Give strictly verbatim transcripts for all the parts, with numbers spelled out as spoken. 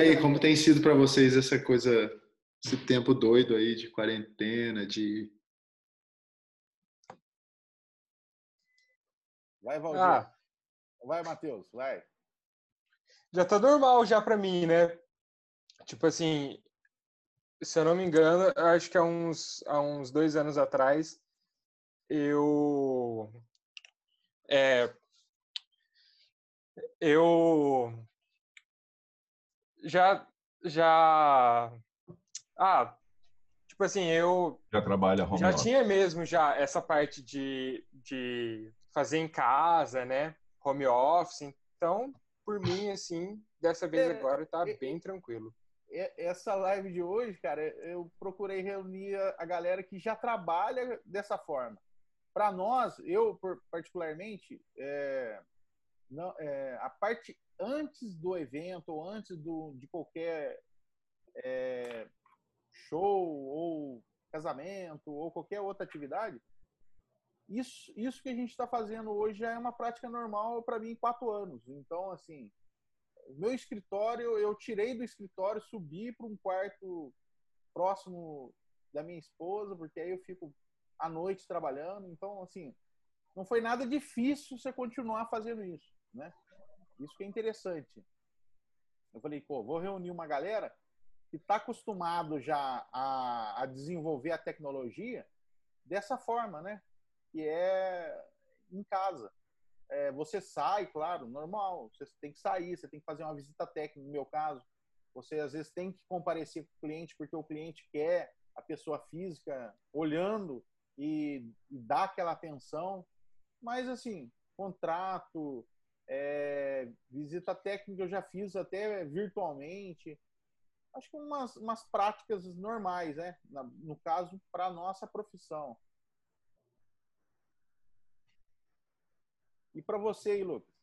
aí, como tem sido para vocês essa coisa, esse tempo doido aí de quarentena, de... Vai, Valdir. Ah, Vai, Matheus, vai. já tá normal já pra mim, né? Tipo assim, se eu não me engano, eu acho que há uns, há uns dois anos atrás, eu... É, eu já, já... Ah, tipo assim, eu Já trabalha home já office. tinha mesmo já essa parte de, de fazer em casa, né? Home office. Então, por mim, assim, dessa vez É, agora tá é, bem tranquilo. é, essa live de hoje, cara, eu procurei reunir a, a galera que já trabalha dessa forma. Para nós, eu particularmente, é, não, é, a parte antes do evento ou antes do, de qualquer é, show ou casamento ou qualquer outra atividade, isso, isso que a gente está fazendo hoje já é uma prática normal para mim em quatro anos. Então, assim, o meu escritório, eu tirei do escritório, subi para um quarto próximo da minha esposa, porque aí eu fico à noite trabalhando. Então, assim, não foi nada difícil você continuar fazendo isso, né? Isso que é interessante. Eu falei, pô, vou reunir uma galera que está acostumado já a, a desenvolver a tecnologia dessa forma, né? Que é em casa. É, você sai, claro, normal, você tem que sair, você tem que fazer uma visita técnica, no meu caso. Você, às vezes, tem que comparecer com o cliente porque o cliente quer a pessoa física olhando e, e dar aquela atenção. Mas, assim, contrato, é, visita técnica eu já fiz até virtualmente. Acho que umas, umas práticas normais, né? No caso, para a nossa profissão. E para você aí, Lucas?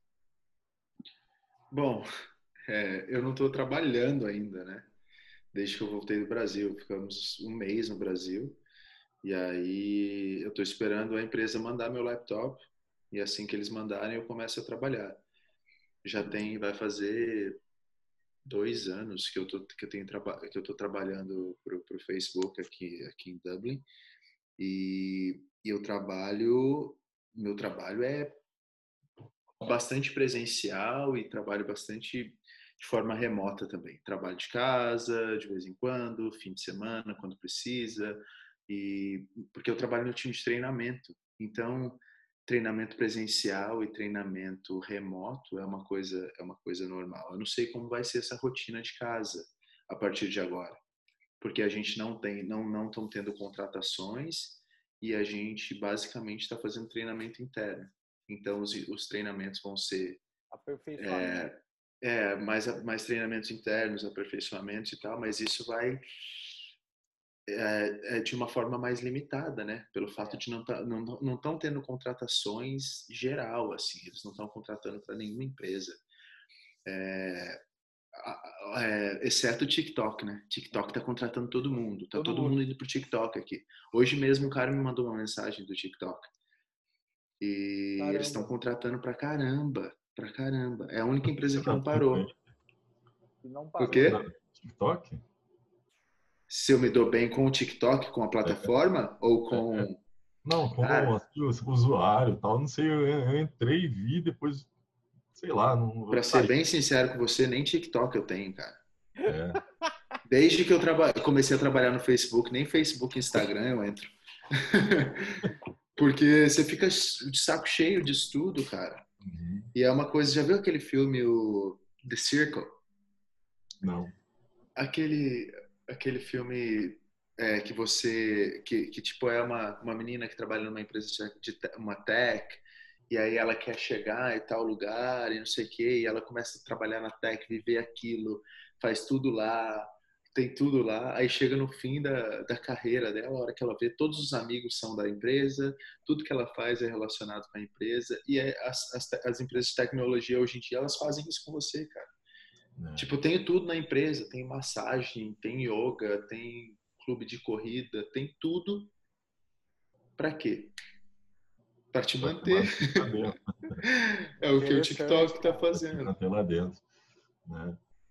Bom, é, eu não estou trabalhando ainda, né? Desde que eu voltei do Brasil. Ficamos um mês no Brasil. E aí eu estou esperando a empresa mandar meu laptop. E assim que eles mandarem, eu começo a trabalhar. Já tem, vai fazer dois anos que eu tô, que eu tenho traba, que eu tô trabalhando pro, pro Facebook aqui, aqui em Dublin. E, e eu trabalho, meu trabalho é bastante presencial e trabalho bastante de forma remota também. Trabalho de casa, de vez em quando, fim de semana, quando precisa, e porque eu trabalho no time de treinamento. Então, treinamento presencial e treinamento remoto é uma coisa é uma coisa normal. Eu não sei como vai ser essa rotina de casa a partir de agora, porque a gente não tem não não estão tendo contratações e a gente basicamente está fazendo treinamento interno. Então, os, os treinamentos vão ser aperfeiçoamento. É, é mais, mais treinamentos internos, aperfeiçoamentos e tal, mas isso vai é, é de uma forma mais limitada, né? Pelo fato de não tá, não não estão tendo contratações geral, assim, eles não estão contratando para nenhuma empresa. É, é, exceto o TikTok, né? TikTok tá contratando todo mundo, tá todo, todo mundo indo pro TikTok aqui. Hoje mesmo o cara me mandou uma mensagem do TikTok. E caramba. Eles estão contratando pra caramba, pra caramba. É a única empresa que não parou. Que não parou. O quê? TikTok? Se eu me dou bem com o TikTok, com a plataforma, é. ou com... Não, como cara, assim, usuário e tal, não sei, eu, eu entrei e vi, depois, sei lá... Não, pra ser bem sincero com você, nem TikTok eu tenho, cara. É. Desde que eu traba... comecei a trabalhar no Facebook, nem Facebook e Instagram eu entro. Porque você fica de saco cheio de estudo, cara. Uhum. E é uma coisa... Já viu aquele filme, o The Circle? Não. Aquele, aquele filme é, que você... Que, que tipo, é uma, uma menina que trabalha numa empresa de te, uma tech, e aí ela quer chegar em tal lugar e não sei o quê, e ela começa a trabalhar na tech, viver aquilo, faz tudo lá... tem tudo lá, aí chega no fim da, da carreira dela, a hora que ela vê, todos os amigos são da empresa, tudo que ela faz é relacionado com a empresa, e é, as, as, as empresas de tecnologia hoje em dia, elas fazem isso com você, cara. É. Tipo, eu tenho tudo na empresa, tem massagem, tem yoga, tem clube de corrida, tem tudo. Pra quê? Pra te pra manter. É o que o TikTok tá fazendo. Até lá dentro, né?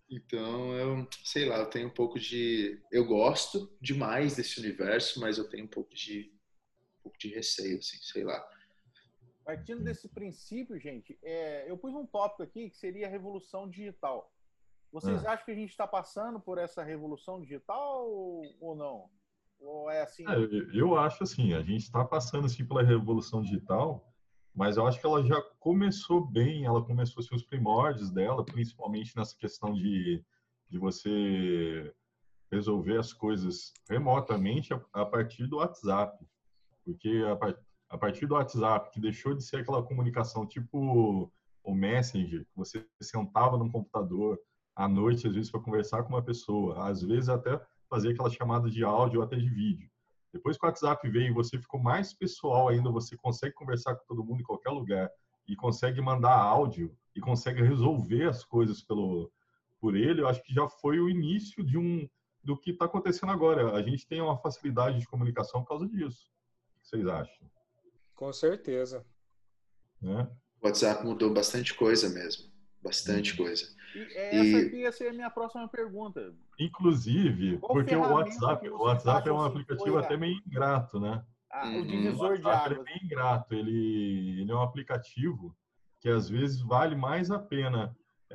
Então, eu sei lá, eu tenho um pouco de... Eu gosto demais desse universo, mas eu tenho um pouco de, um pouco de receio, assim, sei lá. Partindo desse princípio, gente, é, eu pus um tópico aqui que seria a revolução digital. Vocês Ah. acham que a gente está passando por essa revolução digital ou não? Ou é assim? É, eu acho assim, a gente está passando assim pela revolução digital, mas eu acho que ela já começou bem, ela começou seus primórdios dela, principalmente nessa questão de, de você resolver as coisas remotamente a, a partir do WhatsApp. Porque a, a partir do WhatsApp, que deixou de ser aquela comunicação tipo o Messenger, que você sentava num computador à noite, às vezes, para conversar com uma pessoa, às vezes até fazer aquela chamada de áudio ou até de vídeo. Depois que o WhatsApp veio e você ficou mais pessoal ainda, você consegue conversar com todo mundo em qualquer lugar e consegue mandar áudio e consegue resolver as coisas pelo, por ele, eu acho que já foi o início de um, do que está acontecendo agora. A gente tem uma facilidade de comunicação por causa disso. O que vocês acham? Com certeza. Né? O WhatsApp mudou bastante coisa mesmo. Bastante Uhum. coisa. E essa aqui ia ser a minha próxima pergunta. Inclusive, Qual porque o ferramenta WhatsApp, que o vocês WhatsApp é acham um assim, que aplicativo foi até a, meio ingrato, né? a, o Uhum. O divisor de WhatsApp ele é águas? bem ingrato. Ele, ele é um aplicativo que às vezes vale mais a pena.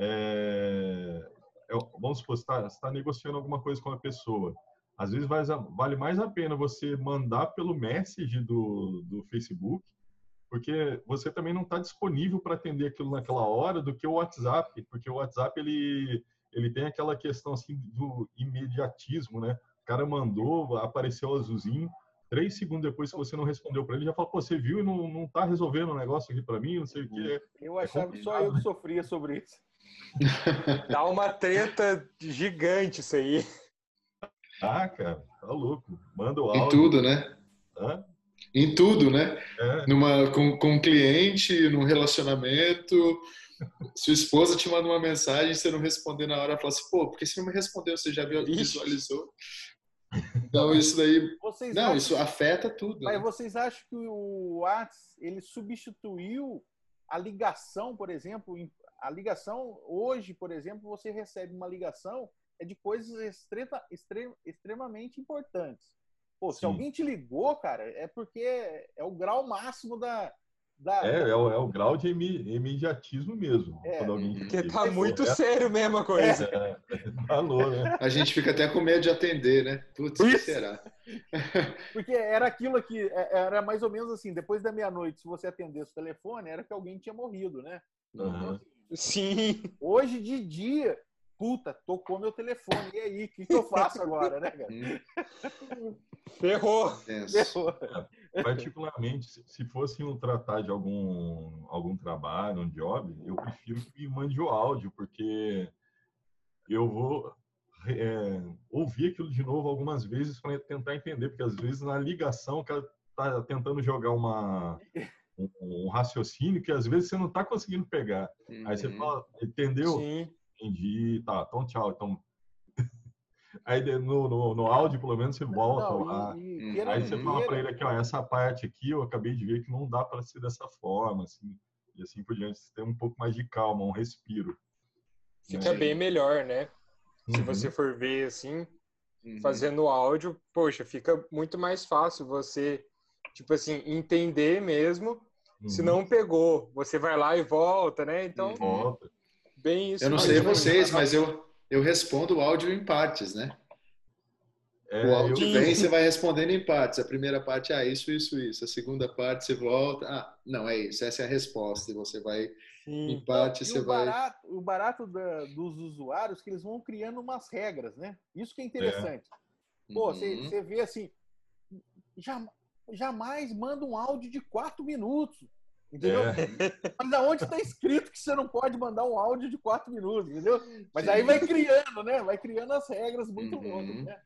É, é, vamos supor, você está tá negociando alguma coisa com a pessoa. Às vezes vai, vale mais a pena você mandar pelo Message do, do Facebook, porque você também não está disponível para atender aquilo naquela hora, do que o WhatsApp, porque o WhatsApp ele, ele tem aquela questão assim do imediatismo, né? O cara mandou, apareceu o azulzinho, três segundos depois que você não respondeu para ele, já falou, pô, você viu e não, não tá resolvendo o um negócio aqui para mim, não sei o que. Eu É achava que só eu que sofria sobre isso. Dá uma treta gigante isso aí. Ah, cara, tá louco. Manda o Em áudio. tudo, né? Hã? Em tudo, né? É. Numa, com, com um cliente, num relacionamento. Sua esposa te manda uma mensagem, você não responder na hora, ela fala assim, pô, por que você não me respondeu? Você já viu, visualizou? Então, isso daí... Vocês Não, acham, isso afeta tudo, mas né? vocês acham que o WhatsApp ele substituiu a ligação, por exemplo? A ligação, hoje, por exemplo, você recebe uma ligação é de coisas extrema, extrema, extremamente importantes. Pô, se Sim. alguém te ligou, cara, é porque é o grau máximo da... da, É, da... é, o, é o grau de imediatismo mesmo. É, quando alguém uhum. Porque tá liga. muito É, sério mesmo a coisa. É, falou, né? A gente fica até com medo de atender, né? Putz, o que será? Porque era aquilo que era mais ou menos assim, depois da meia-noite, se você atendesse o telefone, era que alguém tinha morrido, né? Uhum. Sim. Hoje de dia, puta, tocou meu telefone. E aí, o que, que eu faço agora, né, cara? Hum. Ferrou. Ferrou. É, particularmente, se fosse um tratar de algum, algum trabalho, um job, eu prefiro que me mande o áudio, porque eu vou é, ouvir aquilo de novo algumas vezes para tentar entender, porque às vezes na ligação o cara está tentando jogar uma, um, um raciocínio que às vezes você não está conseguindo pegar. Uhum. Aí você fala, entendeu? Sim. Entendi, tá, então tchau. Então... Aí no, no, no áudio, pelo menos, você volta Não, lá. e, e, Uhum. Aí você fala para queira, ele aqui, ó, essa parte aqui eu acabei de ver que não dá para ser dessa forma, assim, e assim por diante. Você tem um pouco mais de calma, um respiro. Fica né? bem melhor, né? Se Uhum. você for ver assim, Uhum. fazendo áudio, poxa, fica muito mais fácil você, tipo assim, entender mesmo. Uhum. Se não pegou, você vai lá e volta, né? Então, Uhum. Volta. bem isso. Eu não mesmo. sei vocês, mas eu, eu respondo o áudio em partes, né? É, O áudio eu... vem, você vai respondendo em partes. A primeira parte, ah, isso, isso, isso. A segunda parte, você volta. Ah, não, é isso. Essa é a resposta. E você vai Sim. em parte, e você o vai... barato, o barato da, dos usuários é que eles vão criando umas regras, né? Isso que é interessante. É. Pô, Uhum. você, você vê assim, já, jamais manda um áudio de quatro minutos. Entendeu? É. Mas aonde está escrito que você não pode mandar um áudio de quatro minutos, entendeu? Mas Sim. aí vai criando, né? Vai criando as regras muito Uhum. loucas, né?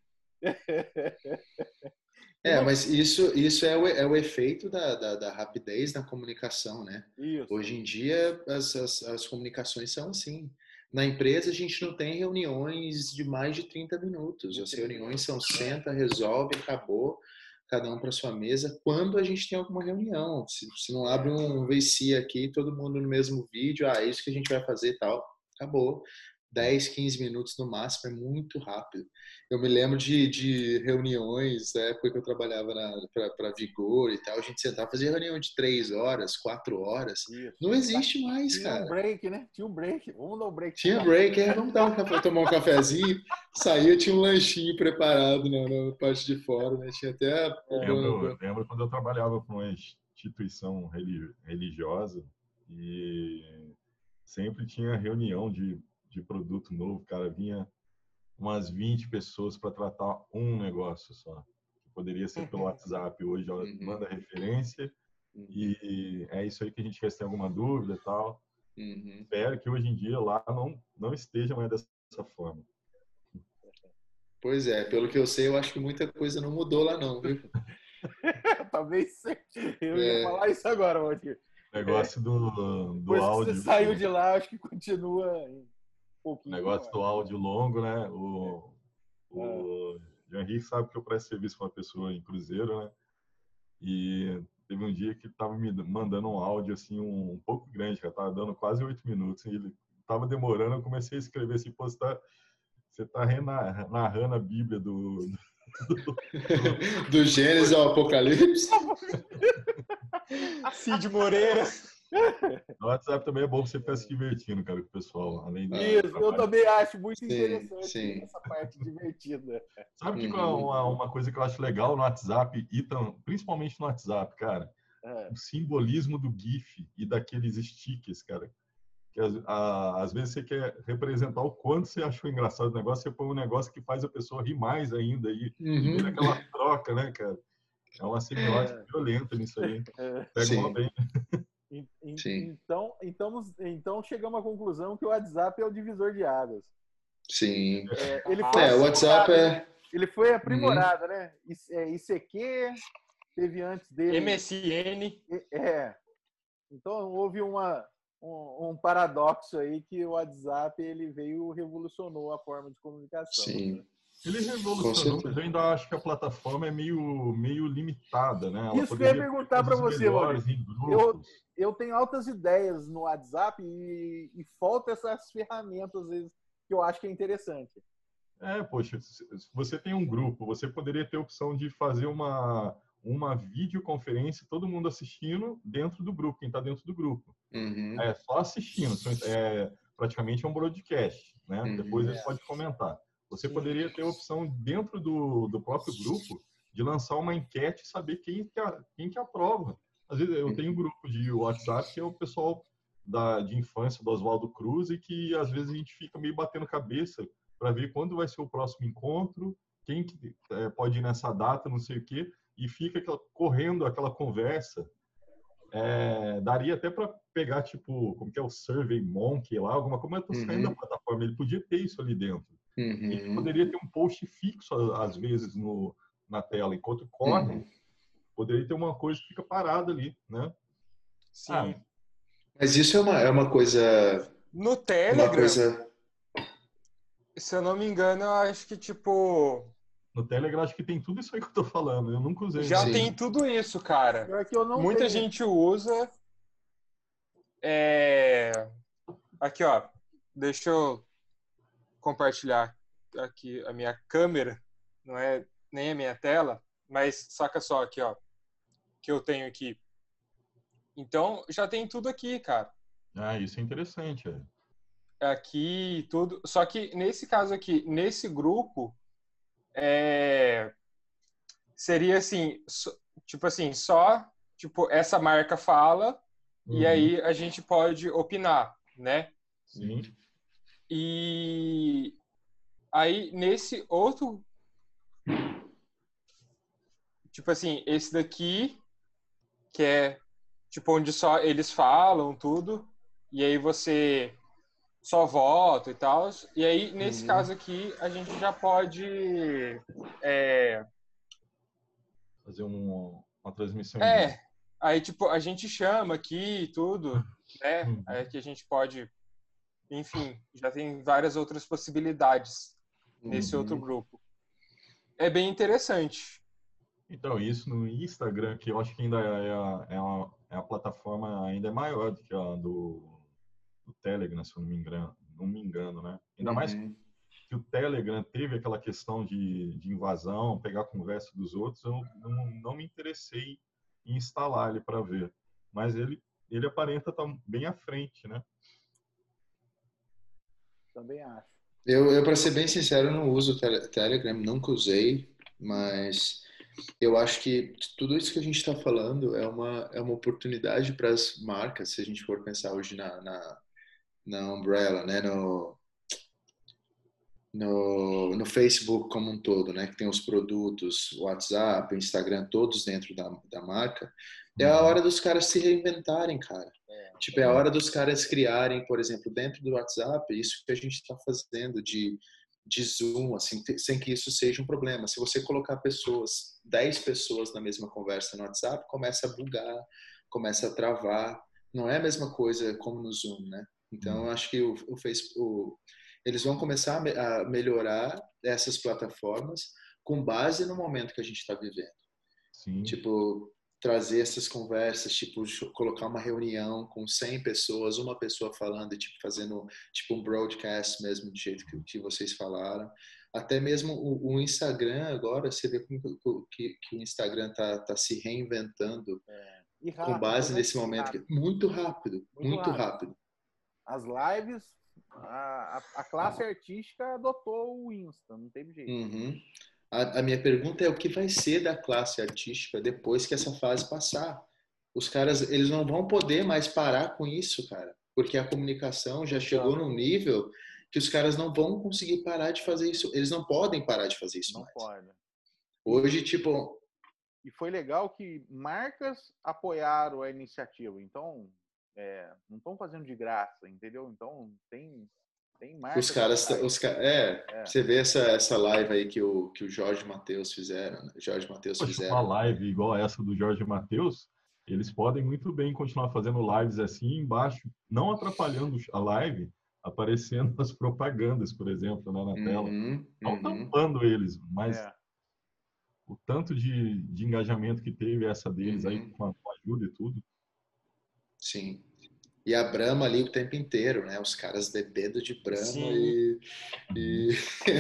É, mas isso, isso é, o, é o efeito da, da, da rapidez na comunicação, né? Isso. Hoje em dia, as, as, as comunicações são assim. Na empresa, a gente não tem reuniões de mais de trinta minutos. As reuniões são senta, resolve, acabou, cada um para sua mesa. Quando a gente tem alguma reunião, se, se não abre um V C aqui, todo mundo no mesmo vídeo, ah, é isso que a gente vai fazer e tal, acabou. dez, quinze minutos no máximo, é muito rápido. Eu me lembro de, de reuniões, na época que eu trabalhava para Vigor e tal, a gente sentava, fazia reunião de três horas, quatro horas. Isso. Não existe mais, Tinha cara. um break, né? Tinha um break. Vamos dar um break. Tinha break, é, vamos dar um café, tomar um cafezinho. Saía, tinha um lanchinho preparado na, na parte de fora, né? Tinha até... Eu lembro, eu lembro quando eu trabalhava com uma instituição religiosa e sempre tinha reunião de, de produto novo, cara, vinha umas vinte pessoas para tratar um negócio só. Poderia ser pelo WhatsApp, hoje ela Uhum. manda referência uhum. e é isso aí que a gente quer, se tem alguma dúvida e tal. Uhum. Espero que hoje em dia lá não, não esteja mais dessa forma. Pois é, pelo que eu sei, eu acho que muita coisa não mudou lá não, viu? Talvez eu É. ia falar isso agora, Walter. O negócio é. do, do Depois áudio. Que você saiu de lá, acho que continua um pouquinho. O negócio do áudio longo, né? O, é. o Jean Henrique sabe que eu presto serviço para uma pessoa em Cruzeiro, né? E teve um dia que ele tava me mandando um áudio assim um, um pouco grande, já tava dando quase oito minutos. E ele tava demorando, eu comecei a escrever assim, pô, você tá, você tá narrando a Bíblia do... Do, do, do Gênesis ao Apocalipse. Cid Moreira. No WhatsApp também é bom você ficar se divertindo, cara, com o pessoal. Além do Isso, trabalho. eu também acho muito sim, interessante sim. essa parte divertida. Sabe que uhum. uma, uma coisa que eu acho legal no WhatsApp, e tam, principalmente no WhatsApp, cara? É. O simbolismo do GIF e daqueles stickers, cara. Que às, a, às vezes você quer representar o quanto você achou engraçado o negócio, você põe um negócio que faz a pessoa rir mais ainda e, uhum. e vira aquela troca, né, cara? É uma semiótica é. violenta nisso aí. Pega uma bem. Então, então, então chegamos à conclusão que o WhatsApp é o divisor de águas. Sim. É, ele foi é, o WhatsApp é... Ele foi aprimorado, uhum. né? I C Q teve antes dele... M S N. É. Então, houve uma, um, um paradoxo aí que o WhatsApp ele veio revolucionou a forma de comunicação. Sim. Né? Ele revolucionou, mas eu ainda acho que a plataforma é meio, meio limitada, né? Ela Isso que eu ia perguntar para você, Walter. Eu, eu tenho altas ideias no WhatsApp e, e falta essas ferramentas, às vezes, que eu acho que é interessante. É, poxa, se você tem um grupo, você poderia ter a opção de fazer uma, uma videoconferência, todo mundo assistindo dentro do grupo, quem está dentro do grupo. Uhum. É só assistindo, é, praticamente é um broadcast, né? Uhum. Depois ele pode comentar. Você poderia ter a opção dentro do, do próprio grupo de lançar uma enquete e saber quem que, quem que aprova. Às vezes eu tenho um grupo de WhatsApp que é o pessoal da, de infância do Oswaldo Cruz e que às vezes a gente fica meio batendo cabeça para ver quando vai ser o próximo encontro, quem que, é, pode ir nessa data, não sei o quê, e fica aquela, correndo aquela conversa. É, daria até para pegar, tipo, como que é o Survey Monkey lá, alguma coisa, eu tô saindo uhum. da plataforma, ele podia ter isso ali dentro. Uhum. E poderia ter um post fixo, às vezes, no, na tela, enquanto corre, uhum. poderia ter uma coisa que fica parada ali, né? Sim. Ah, mas isso é uma, é uma coisa... No Telegram, uma coisa... se eu não me engano, eu acho que, tipo... No Telegram, acho que tem tudo isso aí que eu tô falando. Eu nunca usei. Já Sim. tem tudo isso, cara. É que eu não Muita tenho. gente usa. É... Aqui, ó. Deixa eu compartilhar aqui a minha câmera. Não é nem a minha tela, mas saca só aqui, ó. Que eu tenho aqui. Então, já tem tudo aqui, cara. Ah, isso é interessante. É. Aqui, tudo. Só que nesse caso aqui, nesse grupo, é... seria assim, so, tipo assim, só tipo essa marca fala uhum. e aí a gente pode opinar, né? Sim. E aí nesse outro, tipo assim, esse daqui que é tipo onde só eles falam tudo e aí você só vota e tal. E aí nesse uhum. caso aqui a gente já pode é, fazer um, uma transmissão. É, de... aí tipo, a gente chama aqui e tudo, né? Uhum. Aí que a gente pode, enfim, já tem várias outras possibilidades nesse uhum. outro grupo. É bem interessante. Então, isso no Instagram, que eu acho que ainda é a, é a, é a plataforma ainda é maior do que a do, do Telegram, se eu não me engano. não me engano, né? Ainda mais Uhum. que o Telegram teve aquela questão de, de invasão, pegar a conversa dos outros, eu não, não me interessei em instalar ele para ver. Mas ele, ele aparenta estar bem à frente, né? Também acho. Eu, eu para ser bem sincero, eu não uso o Tele- Telegram, nunca usei, mas eu acho que tudo isso que a gente está falando é uma, é uma oportunidade para as marcas, se a gente for pensar hoje na, na, na Umbrella, né? No, no, no Facebook como um todo, né? Que tem os produtos, WhatsApp, Instagram, todos dentro da, da marca. É a Uhum. hora dos caras se reinventarem, cara. É, Tipo, é a hora dos caras criarem, por exemplo, dentro do WhatsApp, isso que a gente está fazendo de, de Zoom, assim, te- sem que isso seja um problema. Se você colocar pessoas, dez pessoas na mesma conversa no WhatsApp, começa a bugar, começa a travar. Não é a mesma coisa como no Zoom, né? Então, eu acho que o, o Facebook, eles vão começar a, me- a melhorar essas plataformas com base no momento que a gente está vivendo. Sim. Tipo, trazer essas conversas, tipo, cho- colocar uma reunião com cem pessoas, uma pessoa falando e tipo fazendo tipo um broadcast mesmo, do jeito que, que vocês falaram. Até mesmo o, o Instagram agora, você vê como que, que, que o Instagram tá, tá se reinventando e com rápido, base né? nesse E momento, que rápido. é muito rápido, Muito muito rápido. rápido. As lives, a, a, a classe artística adotou o Insta, não teve jeito. Uhum. A, a minha pergunta é o que vai ser da classe artística depois que essa fase passar? Os caras, eles não vão poder mais parar com isso, cara, porque a comunicação já chegou num Exatamente. nível que os caras não vão conseguir parar de fazer isso. Eles não podem parar de fazer isso Não mais. pode. Hoje, E, tipo, e foi legal que marcas apoiaram a iniciativa. Então, é, não estão fazendo de graça, entendeu? Então, tem, tem os marcas caras, atrás. os, ca- é, É. você vê essa, essa live aí que o, que o Jorge Mateus fizeram, né? Jorge Mateus Poxa, uma fizeram. live igual essa do Jorge Mateus, eles podem muito bem continuar fazendo lives assim embaixo, não atrapalhando a live, aparecendo as propagandas, por exemplo, né, na tela. Uhum, Não uhum, tampando eles, mas É. o tanto de, de engajamento que teve essa deles aí uhum, com a, com a ajuda e tudo. sim. E a Brahma ali o tempo inteiro, né? Os caras bebendo de Brahma Sim, e, Uhum. e...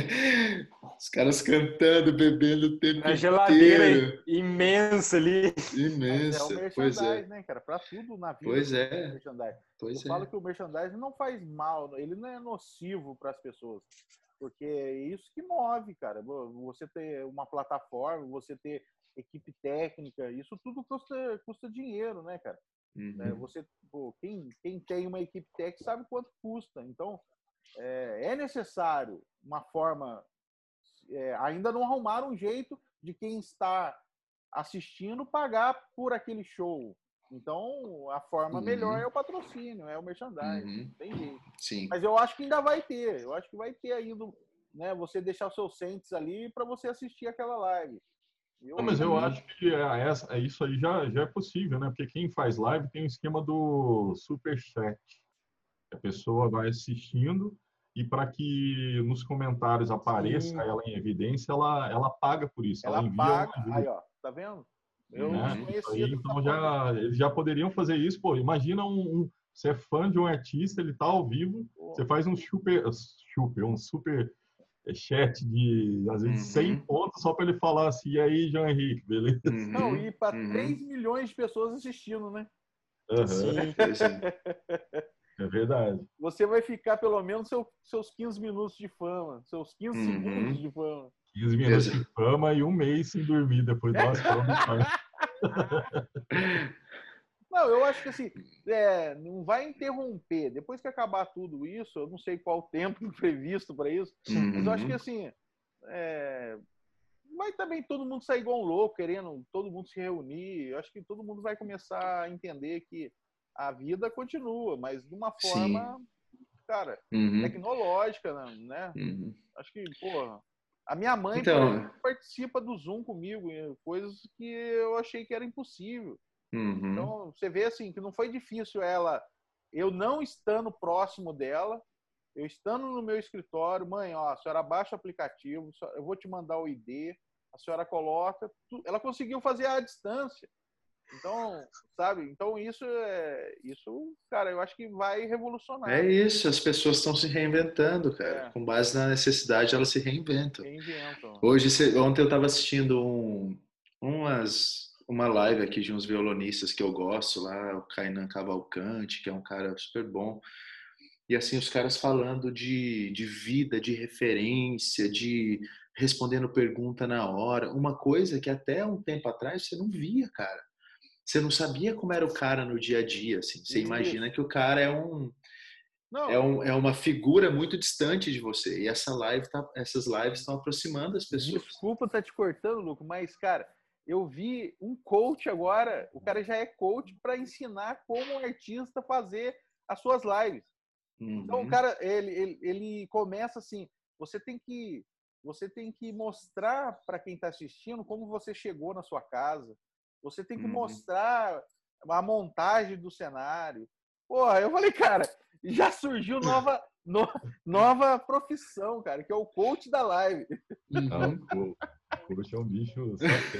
os caras cantando, bebendo o tempo na geladeira inteiro. imensa ali. Mas é o Imensa. Pois merchandising, é. né, cara? Para tudo na vida Pois tem que ter é. merchandising. Eu Pois falo é. que o merchandising não faz mal, ele não é nocivo para as pessoas. Porque é isso que move, cara. Você ter uma plataforma, você ter equipe técnica, isso tudo custa, custa dinheiro, né, cara? É, Uhum. você, pô, quem, quem tem uma equipe técnica sabe quanto custa. Então, é, é necessário uma forma. É, ainda não arrumaram um jeito de quem está assistindo pagar por aquele show. Então, a forma melhor é Uhum. o patrocínio, é o merchandising, Uhum. não tem jeito. Sim. Mas eu acho que ainda vai ter, eu acho que vai ter ainda, né, você deixar os seus cents ali para você assistir aquela live. Não, Eu, mas eu Uhum. acho que é, essa, é isso aí já, já é possível, né? Porque quem faz live tem o esquema do super chat. A pessoa vai assistindo e para que nos comentários apareça Sim. ela em evidência, ela, ela paga por isso, ela ela envia uma paga, ajuda, aí ó, tá vendo? Eu Uhum. né? Isso desconhecia aí, dessa então forma. já eles já poderiam fazer isso, pô. Imagina um, um você é fã de um artista, ele tá ao vivo, você faz um super, super um super chat de às vezes cem Uhum. pontos só para ele falar assim, e aí, João Henrique, beleza? Não, Uhum. e para três Uhum. milhões de pessoas assistindo, né? Aham, Sim. Pois é. é verdade. Você vai ficar pelo menos seu, seus quinze minutos de fama, seus quinze segundos Uhum. de fama. quinze minutos de Exa- fama e um mês sem dormir depois. Nossa, falando demais. Não, eu acho que assim, é, não vai interromper. Depois que acabar tudo isso, eu não sei qual o tempo previsto para isso, mas eu acho que Uhum. assim, é, vai também todo mundo sair igual um louco, querendo todo mundo se reunir. Eu acho que todo mundo vai começar a entender que a vida continua, mas de uma Sim. forma, cara, Uhum. tecnológica, né? Uhum. Acho que, porra, a minha mãe, por exemplo, Então, participa do Zoom comigo, coisas que eu achei que era impossível. uhum. Então, você vê assim que não foi difícil ela, eu não estando próximo dela, eu estando no meu escritório, mãe, ó, a senhora baixa o aplicativo, eu vou te mandar o I D, a senhora coloca, ela conseguiu fazer à distância. Então, sabe? Então isso é, isso, cara, eu acho que vai revolucionar. É isso, as pessoas estão se reinventando, cara. É. Com base na necessidade, elas se reinventam. Reinventam. Hoje, ontem eu estava assistindo um, umas, uma live aqui de uns violonistas que eu gosto lá, o Kainan Cavalcante, que é um cara super bom. E assim, os caras falando de, de vida, de referência, de respondendo pergunta na hora. Uma coisa que até um tempo atrás você não via, cara. Você não sabia como era o cara no dia a dia, assim. Você Isso. imagina que o cara é um, Não, é, um, é uma figura muito distante de você. E essa live tá, essas lives estão aproximando as pessoas. desculpa estar te cortando, Luco, mas, cara, eu vi um coach agora, o cara já é coach para ensinar como o artista fazer as suas lives. Uhum. Então, o cara, ele, ele, ele começa assim, você tem que, você tem que mostrar para quem está assistindo como você chegou na sua casa, você tem que Uhum. mostrar a montagem do cenário. Porra, eu falei, cara, já surgiu nova, no, nova profissão, cara, que é o coach da live. Uhum. Ah, o coach é um bicho.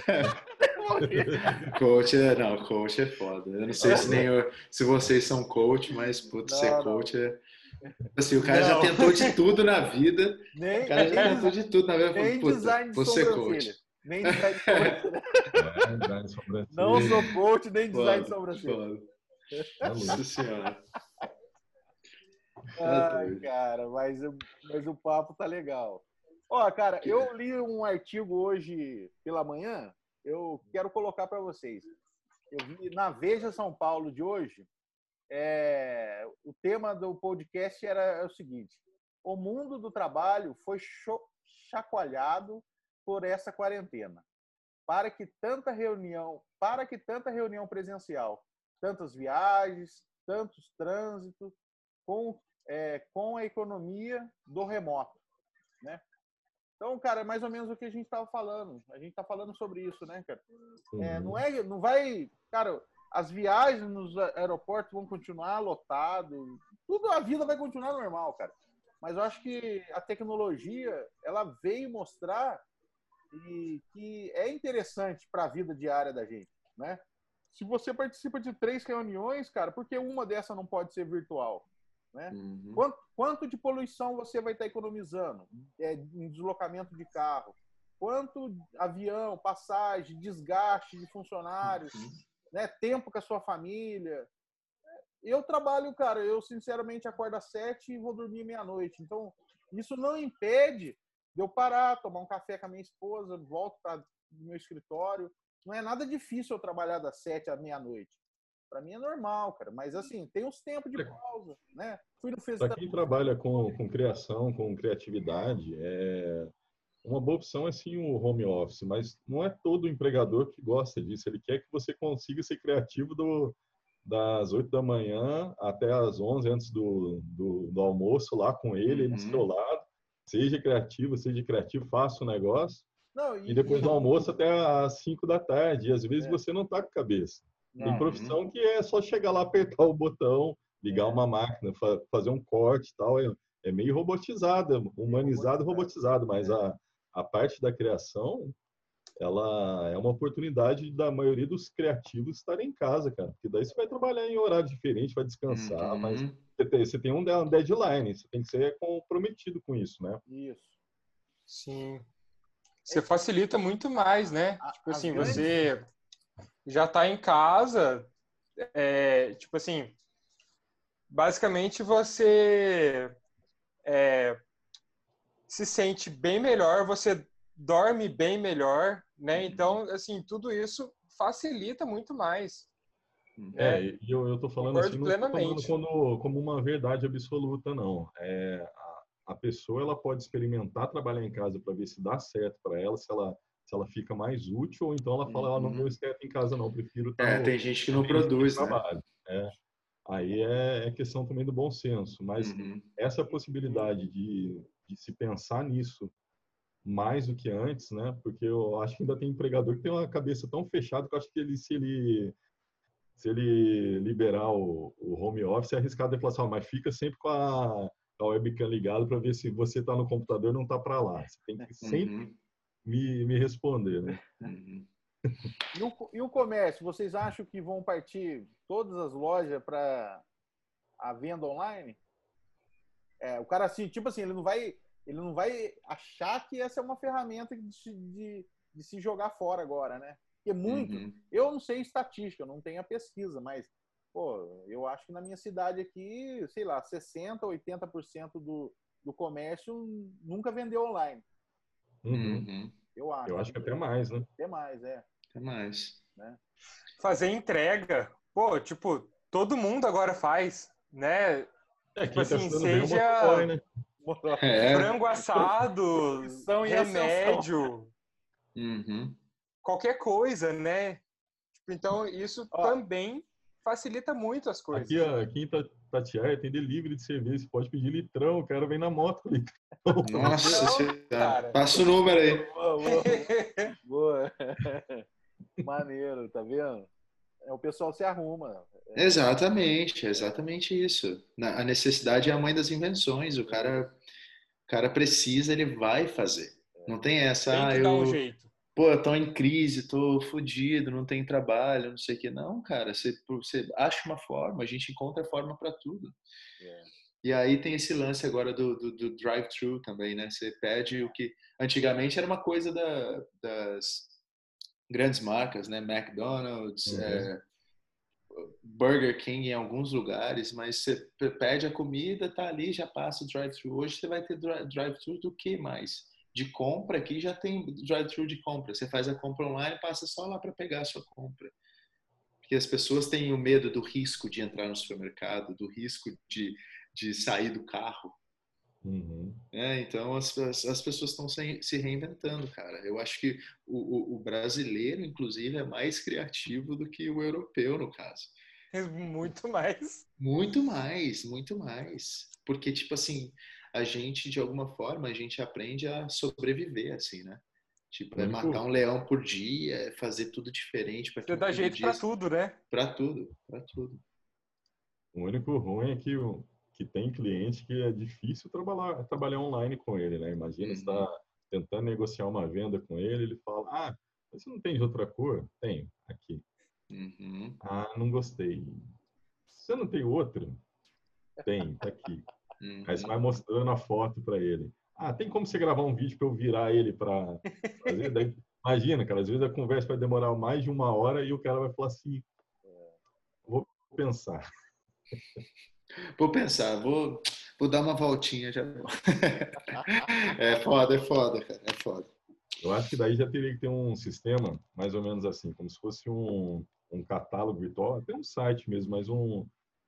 Coach é, não, coach é foda. Eu não sei se, nem eu, se vocês são coach, mas putz, Não, ser não. coach é. Assim, o cara Não. já tentou de tudo na vida. Nem, O cara já nem, tentou de tudo na vida. nem Puta, design de vou ser sobrancelha. coach. Nem design de sobrancelha. É, design de sobrancelha. Não sou coach, nem design de Foda, sobrancelha. foda. É Nossa louco. senhora. Tá Ai, doido. cara, mas, o- mas o papo tá legal. Ó, cara, eu li um artigo hoje pela manhã, eu quero colocar para vocês. Eu vi na Veja São Paulo de hoje, é, o tema do podcast era o seguinte: o mundo do trabalho foi cho- chacoalhado por essa quarentena. Para que tanta reunião, para que tanta reunião presencial, tantas viagens, tantos trânsitos, com, é, com a economia do remoto, né? Então, cara, é mais ou menos o que a gente estava falando. A gente está falando sobre isso, né, cara? É, não é, não vai, cara. As viagens nos aeroportos vão continuar lotados, tudo, a vida vai continuar normal, cara. Mas eu acho que a tecnologia, ela veio mostrar e que é interessante para a vida diária da gente, né? Se você participa de três reuniões, cara, por que uma dessa não pode ser virtual, né? Uhum. Quanto, quanto de poluição você vai estar economizando é, em deslocamento de carro? Quanto avião, passagem, desgaste de funcionários, Uhum. né? Tempo com a sua família. Eu trabalho, cara, eu sinceramente acordo às sete e vou dormir meia-noite. Então, isso não impede de eu parar, tomar um café com a minha esposa, volto para o meu escritório. Não é nada difícil eu trabalhar das sete à meia-noite. Para mim é normal, cara. Mas, assim, tem uns tempos de pausa, né? Fui no Para festival. quem trabalha com, com criação, com criatividade, é uma boa opção é sim o home office, mas não é todo empregador que gosta disso. Ele quer que você consiga ser criativo do, das oito da manhã até as onze, antes do, do, do almoço, lá com ele, ele do seu Uhum. lado. Seja criativo, seja criativo, faça o negócio. Não, E depois do almoço até às cinco da tarde. E às vezes É. você não está com a cabeça. Tem Não. profissão que é só chegar lá, apertar o botão, ligar É. uma máquina, fa fazer um corte e tal. É, é meio robotizada, humanizado, robotizado. Mas a, a parte da criação, ela é uma oportunidade da maioria dos criativos estarem em casa, cara. Porque daí você vai trabalhar em horário diferente, vai descansar, Uhum. mas você tem, você tem um deadline, você tem que ser comprometido com isso, né? Isso. Sim. Você facilita muito mais, né? A- Tipo as assim, grandes- você já está em casa, é, tipo assim, basicamente você é, se sente bem melhor, você dorme bem melhor, né? Então, assim, tudo isso facilita muito mais. É, É, e eu, eu tô falando concordo assim, não tô tomando plenamente. como, como uma verdade absoluta, não. É, a, a pessoa, ela pode experimentar trabalhar em casa para ver se dá certo para ela, se ela, se ela fica mais útil, ou então ela fala, ah, não deu certo em casa não, prefiro estar É, no tem gente que não ambiente de produz, né? trabalho. É, aí é, é questão também do bom senso, mas Uhum. essa possibilidade de, de se pensar nisso mais do que antes, né? Porque eu acho que ainda tem empregador que tem uma cabeça tão fechada que eu acho que ele, se ele se ele liberar o, o home office, é arriscado ele falar assim, ah, mas fica sempre com a, a webcam ligada para ver se você está no computador e não está para lá. Você tem que sempre Uhum. me, me responder, né? Uhum. E o, e o comércio, vocês acham que vão partir todas as lojas para a venda online? É, o cara assim, tipo assim, ele não vai, ele não vai achar que essa é uma ferramenta de, se- de, de se jogar fora agora, né? Porque muito, Uhum. eu não sei estatística, eu não tenho a pesquisa, mas pô, eu acho que na minha cidade aqui, sei lá, sessenta, oitenta por cento do, do comércio nunca vendeu online. Uhum. Uhum. Eu acho, Eu acho que até mais, né? até mais, é, Até mais. né? Fazer entrega. Pô, tipo, todo mundo agora faz, né? É, Tipo quem tá assim, se dando bem é o motoboy, seja né? É. frango assado, Profissão em ascensão. remédio, Uhum. qualquer coisa, né? Tipo, então, isso Ó, também facilita muito as coisas. Aqui, ó, aqui em Ta- Tatiaia tem delivery de cerveja. Você pode pedir litrão, o cara vem na moto com litrão. pra você. Nossa Não, Senhora. cara. Passa o número aí. boa, boa, boa. Maneiro, tá vendo? É, o pessoal se arruma. Exatamente, é exatamente isso. Na- A necessidade é a mãe das invenções. O cara, o cara precisa, ele vai fazer. Não tem Tem essa, ah, que dar um eu, jeito. pô, eu tô em crise, tô fodido, não tenho trabalho, não sei o que. Não, cara, você, você acha uma forma, a gente encontra forma para tudo. É. E aí tem esse lance agora do, do, do drive-thru também, né? Você pede o que antigamente era uma coisa da, das grandes marcas, né? McDonald's, Uhum. é, Burger King em alguns lugares, mas você pede a comida, tá ali, já passa o drive-thru. Hoje você vai ter dri- drive-thru do que mais? De compra aqui já tem drive-thru de compra. Você faz a compra online, passa só lá para pegar a sua compra. Porque as pessoas têm o medo do risco de entrar no supermercado, do risco de, de sair do carro. Uhum. É, então as, as, as pessoas estão se, se reinventando, cara. Eu acho que o, o, o brasileiro, inclusive, é mais criativo do que o europeu, no caso. Muito mais. Muito mais, muito mais. Porque, tipo assim, a gente, de alguma forma, a gente aprende a sobreviver, assim, né? Tipo, O é matar único, um leão por dia, é fazer tudo diferente para Você que dá todo jeito dia... pra tudo, né? Para tudo, para tudo. o único ruim é que, o, que tem cliente que é difícil trabalhar, trabalhar online com ele, né? Imagina, você Uhum, está tentando negociar uma venda com ele, ele fala, ah, mas você não tem de outra cor? Tenho, aqui. uhum, Ah, não gostei. Você não tem outra? Tem, tá aqui. Aí você uhum. vai mostrando a foto para ele. Ah, tem como você gravar um vídeo para eu virar ele para fazer? Daí, imagina, cara, às vezes a conversa vai demorar mais de uma hora e o cara vai falar assim, vou pensar. Vou pensar, vou, vou dar uma voltinha já. É foda, é foda, cara, é foda. Eu acho que daí já teria que ter um sistema mais ou menos assim, como se fosse um, um catálogo virtual, até um site mesmo, mas um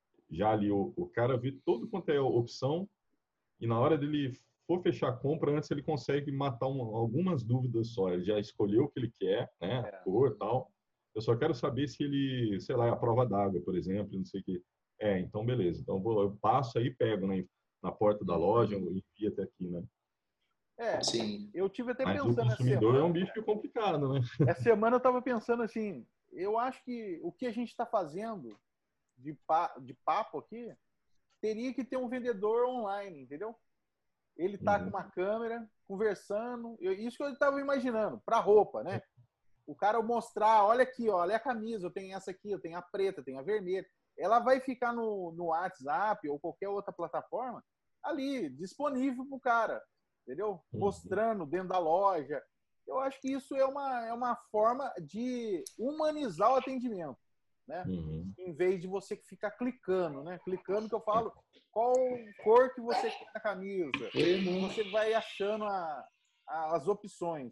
já ali o, o cara vê tudo quanto é opção e na hora dele for fechar a compra, antes ele consegue matar um, algumas dúvidas só. Ele já escolheu o que ele quer, né, a É. cor e tal. Eu só quero saber se ele, sei lá, é a prova d'água, por exemplo, não sei o que. É, então beleza. Então eu, vou, eu passo aí, pego né, na porta da loja, eu Uhum. envio até aqui, né? É, Sim. eu tive até Mas o pensando essa consumidor é um semana, bicho complicado, né? essa semana eu tava pensando assim, eu acho que o que a gente está fazendo de, pa, de papo aqui, teria que ter um vendedor online, entendeu? Ele tá com Uhum. uma câmera, conversando, eu, isso que eu estava imaginando, para roupa, né? O cara mostrar, olha aqui, ó, olha a camisa, eu tenho essa aqui, eu tenho a preta, eu tenho a vermelha. Ela vai ficar no, no WhatsApp ou qualquer outra plataforma ali, disponível para o cara, entendeu? Uhum. Mostrando dentro da loja. Eu acho que isso é uma, é uma forma de humanizar o atendimento, né? Uhum. Em vez de você ficar clicando, né? Clicando que eu falo, qual cor que você quer na camisa. Uhum. Você vai achando a, a, as opções.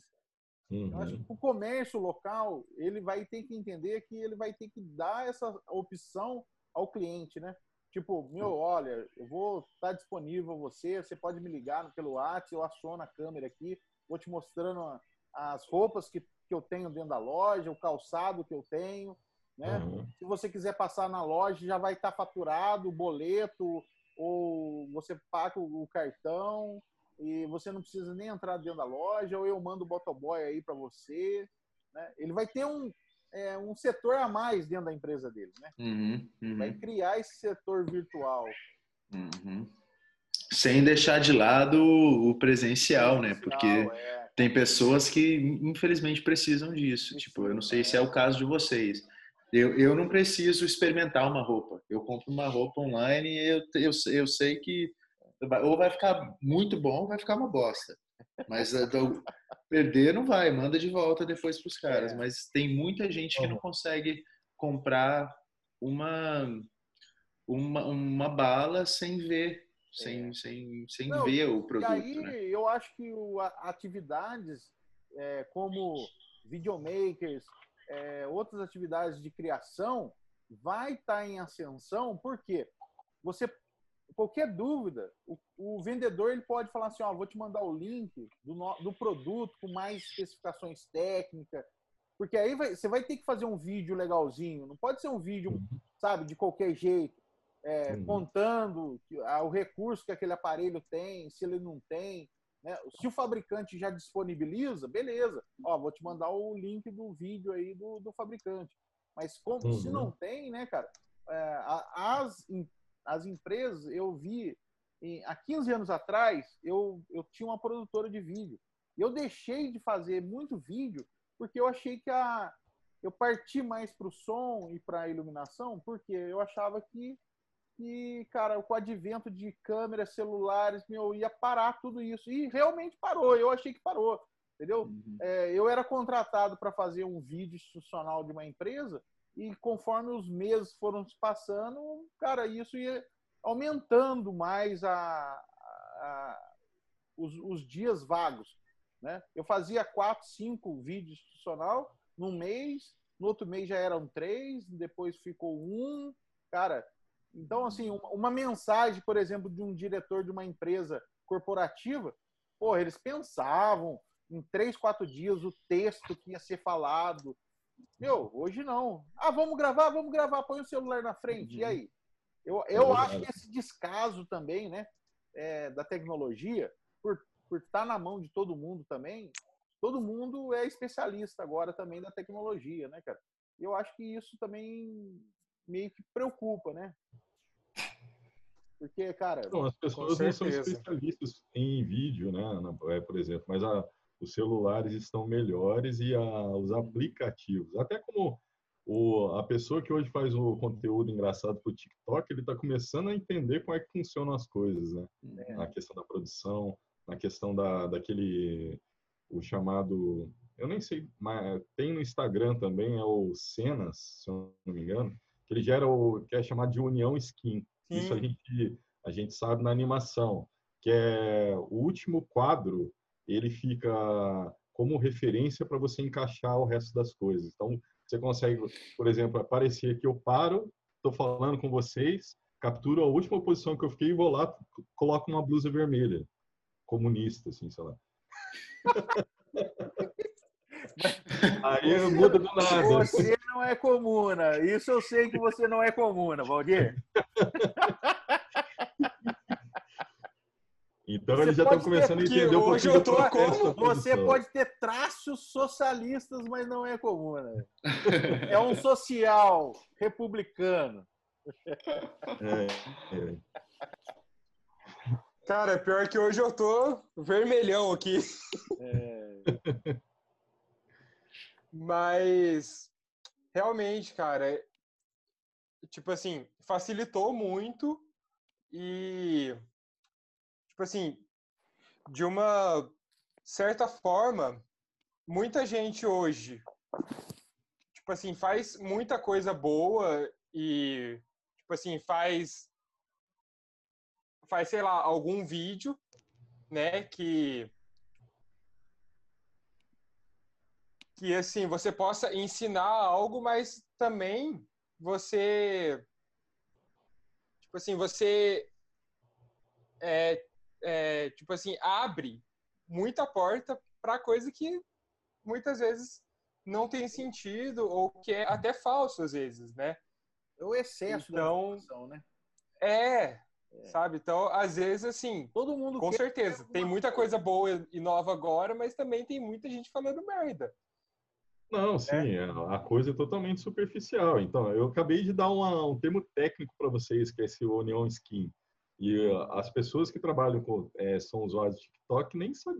Eu acho que Uhum. o comércio local, ele vai ter que entender que ele vai ter que dar essa opção ao cliente, né? Tipo, meu, olha, eu vou estar disponível a você, você pode me ligar pelo WhatsApp, eu aciono a câmera aqui, vou te mostrando a, as roupas que, que eu tenho dentro da loja, o calçado que eu tenho, né? Uhum. Se você quiser passar na loja, já vai estar faturado o boleto, ou você paga o cartão, e você não precisa nem entrar dentro da loja, ou eu mando o motoboy aí para você, né? Ele vai ter um, é, um setor a mais dentro da empresa dele, né? Uhum. Uhum. Vai criar esse setor virtual. Uhum. Sem deixar de lado o presencial, né? Presencial, Porque é. tem pessoas que, infelizmente, precisam disso. Precisa, Tipo, eu não sei é. se é o caso de vocês. Eu, eu não preciso experimentar uma roupa. Eu compro uma roupa online e eu, eu, eu sei que ou vai ficar muito bom ou vai ficar uma bosta. Mas então, perder não vai, manda de volta depois para os caras. É. Mas tem muita gente que não Uhum. consegue comprar uma, uma, uma bala sem ver, sem, É. sem, sem Não, ver o e produto, aí né? eu acho que o, a- atividades é, como videomakers, é, outras atividades de criação, vai estar em ascensão, porque você, qualquer dúvida, o, o vendedor ele pode falar assim, ó, vou te mandar o link do, no- do produto com mais especificações técnicas, porque aí vai- você vai ter que fazer um vídeo legalzinho, não pode ser um vídeo, sabe, de qualquer jeito, é, Uhum. contando que- ah, o recurso que aquele aparelho tem, se ele não tem, né? Se o fabricante já disponibiliza, beleza, ó, vou te mandar o link do vídeo aí do, do fabricante. Mas como, se não Uhum. tem, né, cara, é, a- as, em- as empresas, eu vi, em- há quinze anos atrás, eu, eu tinha uma produtora de vídeo. Eu deixei de fazer muito vídeo porque eu achei que a. Eu parti mais para o som e para a iluminação, porque eu achava que, que, cara, com o advento de câmeras, celulares, meu, ia parar tudo isso. E realmente parou, eu achei que parou, entendeu? Uhum. É, eu era contratado para fazer um vídeo institucional de uma empresa e conforme os meses foram se passando, cara, isso ia aumentando mais a, a- os, os dias vagos, né? Eu fazia quatro, cinco vídeos institucional num mês, no outro mês já eram três, depois ficou um, cara. Então, assim, uma, uma mensagem, por exemplo, de um diretor de uma empresa corporativa, pô, eles pensavam em três, quatro dias o texto que ia ser falado. Meu, hoje não. Ah, vamos gravar, vamos gravar, põe o celular na frente. Uhum. E aí? Eu, É eu acho verdade. que esse descaso também, né, é, da tecnologia, por, por estar na mão de todo mundo também, todo mundo é especialista agora também da tecnologia, né, cara? E eu acho que isso também meio que preocupa, né? Porque, cara, Não, as Com pessoas não são certeza. especialistas em vídeo, né, na- é, por exemplo, mas a- os celulares estão melhores e a- os aplicativos, até como o, a pessoa que hoje faz o conteúdo engraçado para o TikTok, ele está começando a entender como é que funcionam as coisas, né? Na questão da produção, na questão da, daquele, o chamado, eu nem sei, mas tem no Instagram também, é o Cenas, se eu não me engano, que ele gera o que é chamado de união skin. Isso a Sim. gente, a gente sabe na animação, que é o último quadro, ele fica como referência para você encaixar o resto das coisas. Então, você consegue, por exemplo, aparecer que eu paro, estou falando com vocês, capturo a última posição que eu fiquei e vou lá, coloco uma blusa vermelha, comunista, assim, sei lá. Aí muda do nada. você não é comuna. Isso eu sei que você não é comuna, Valdir. Então Você eles já estão pode começando a ter- entender um que hoje pouquinho eu do tô processo como? da Você produção. pode ter traços socialistas, mas não é comuna. É um social republicano. É, é. Cara, pior que hoje eu tô vermelhão aqui. É, Mas realmente, cara, é- tipo assim, facilitou muito e tipo assim, de uma certa forma, muita gente hoje, tipo assim, faz muita coisa boa e tipo assim, faz faz, sei lá, algum vídeo, né, que que assim, você possa ensinar algo, mas também você tipo assim, você é, é, tipo assim, abre muita porta para coisa que muitas vezes não tem sentido ou que é até falso às vezes, né? é o excesso da Então, informação, né? é, sabe? Então, às vezes, assim, Todo mundo com quer certeza, tem muita coisa boa e nova agora, mas também tem muita gente falando merda. Não, sim, É. é, a coisa é totalmente superficial. Então, eu acabei de dar uma- um termo técnico para vocês, que é esse Onion Skin. E uh, as pessoas que trabalham com, é, são usuários de TikTok nem sabiam,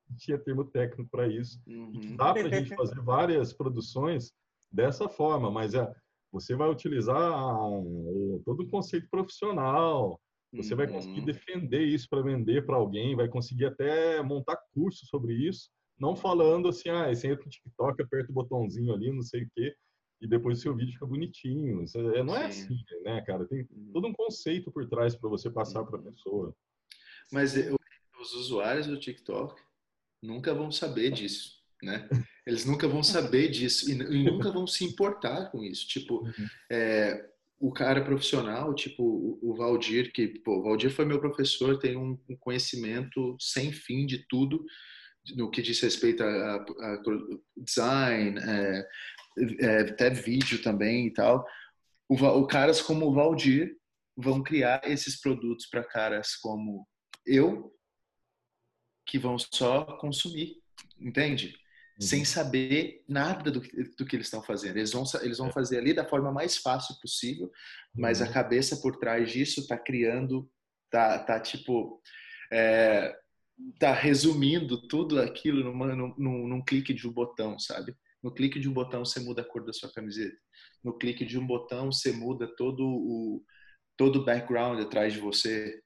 tinha termo técnico para isso. Uhum. E que dá para a gente fazer várias produções dessa forma, mas é, você vai utilizar todo o conceito profissional, você vai conseguir defender isso para vender para alguém, vai conseguir até montar curso sobre isso, não falando assim, ah, você entra no TikTok, aperta o botãozinho ali, não sei o quê, e depois o seu vídeo fica bonitinho. Isso é, não é Sim. assim, né, cara? Tem todo um conceito por trás para você passar para a pessoa. Mas eu, os usuários do TikTok nunca vão saber disso, né? Eles nunca vão saber disso e, e nunca vão se importar com isso. Tipo, Uhum. é, o cara profissional, tipo o, o Valdir, que, pô, o Valdir foi meu professor, tem um, um conhecimento sem fim de tudo no que diz respeito a, a, a design, é, é, até vídeo também e tal. O, o caras como o Valdir vão criar esses produtos para caras como eu, que vão só consumir, entende? Uhum. Sem saber nada do, do que eles estão fazendo. Eles vão, eles vão fazer ali da forma mais fácil possível, mas Uhum. a cabeça por trás disso tá criando, tá, tá tipo, é, tá resumindo tudo aquilo numa, num, num, num clique de um botão, sabe? No clique de um botão você muda a cor da sua camiseta. No clique de um botão você muda todo o todo o background atrás de você.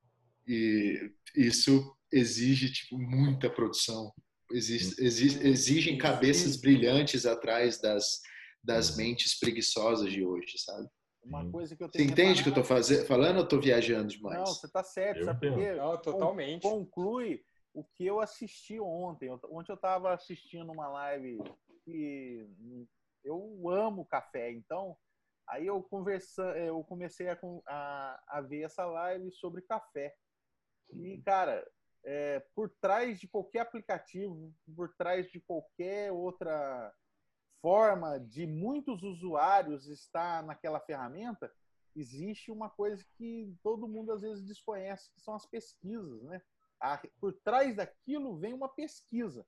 E isso exige tipo muita produção. Existe, exige, exigem cabeças brilhantes atrás das das mentes preguiçosas de hoje, sabe? Uma coisa que eu Você tenho entende o que eu reparado... tô falando ou eu tô viajando demais? Não, você está certo, Eu sabe por quê? Não, totalmente. Conclui o que eu assisti ontem. Ontem eu estava assistindo uma live que eu amo café, então aí eu conversa, eu comecei a, a, a ver essa live sobre café. E, cara, é, por trás de qualquer aplicativo, por trás de qualquer outra forma de muitos usuários estar naquela ferramenta, existe uma coisa que todo mundo às vezes desconhece, que são as pesquisas, né? Por trás daquilo vem uma pesquisa.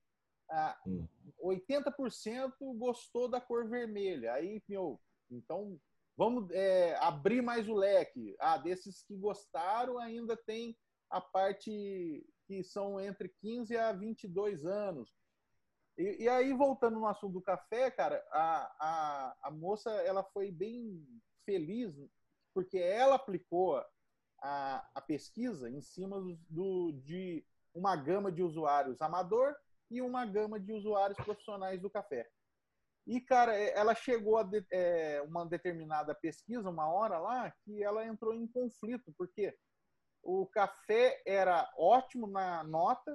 oitenta por cento gostou da cor vermelha. Aí, meu, então vamos é, abrir mais o leque. Ah, desses que gostaram ainda tem a parte que são entre quinze a vinte e dois anos. E, e aí, voltando no assunto do café, cara, a, a, a moça ela foi bem feliz porque ela aplicou a, a pesquisa em cima do, de uma gama de usuários amador e uma gama de usuários profissionais do café. E, cara, ela chegou a de, é, uma determinada pesquisa, uma hora lá, que ela entrou em conflito, porque o café era ótimo na nota,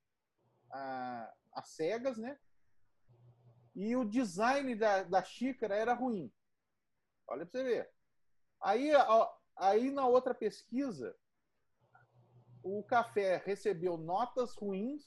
a, as cegas, né? E o design da, da xícara era ruim. Olha para você ver. Aí, aí, na outra pesquisa, o café recebeu notas ruins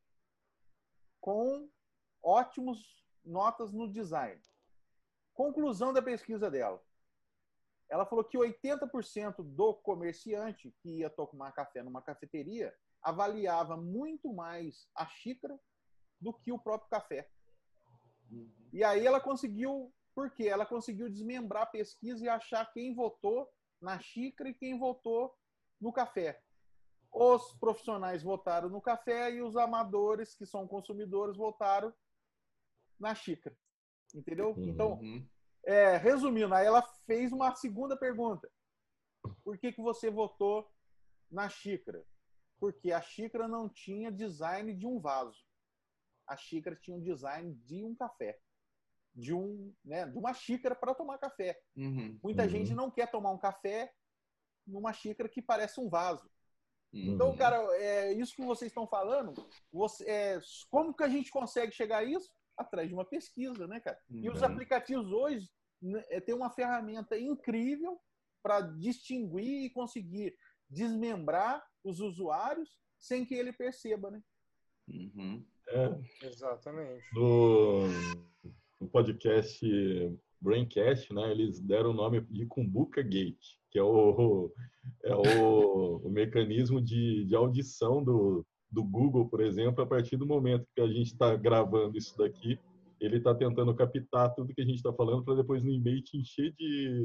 com ótimos notas no design. Conclusão da pesquisa dela. Ela falou que oitenta por cento do comerciante que ia tomar café numa cafeteria avaliava muito mais a xícara do que o próprio café. E aí ela conseguiu, por quê? Ela conseguiu desmembrar a pesquisa e achar quem votou na xícara e quem votou no café. Os profissionais votaram no café e os amadores, que são consumidores, votaram na xícara. Entendeu? Uhum. Então, é, resumindo, aí ela fez uma segunda pergunta. Por que, que você votou na xícara? Porque a xícara não tinha design de um vaso. A xícara tinha um design de um café. De, um, né, de uma xícara para tomar café. Uhum. Muita Uhum. gente não quer tomar um café numa xícara que parece um vaso. Uhum. Então, cara, é isso que vocês estão falando. Você, é, como que a gente consegue chegar a isso? Atrás de uma pesquisa, né, cara? Uhum. E os aplicativos hoje né, tem uma ferramenta incrível para distinguir e conseguir desmembrar os usuários sem que ele perceba, né? Uhum. É, Exatamente. no, no podcast Braincast, né, eles deram o nome de Kumbuka Gate, que é o, é o, o mecanismo de, de audição do, do Google, por exemplo, a partir do momento que a gente está gravando isso daqui, ele está tentando captar tudo que a gente está falando para depois no e-mail te encher de,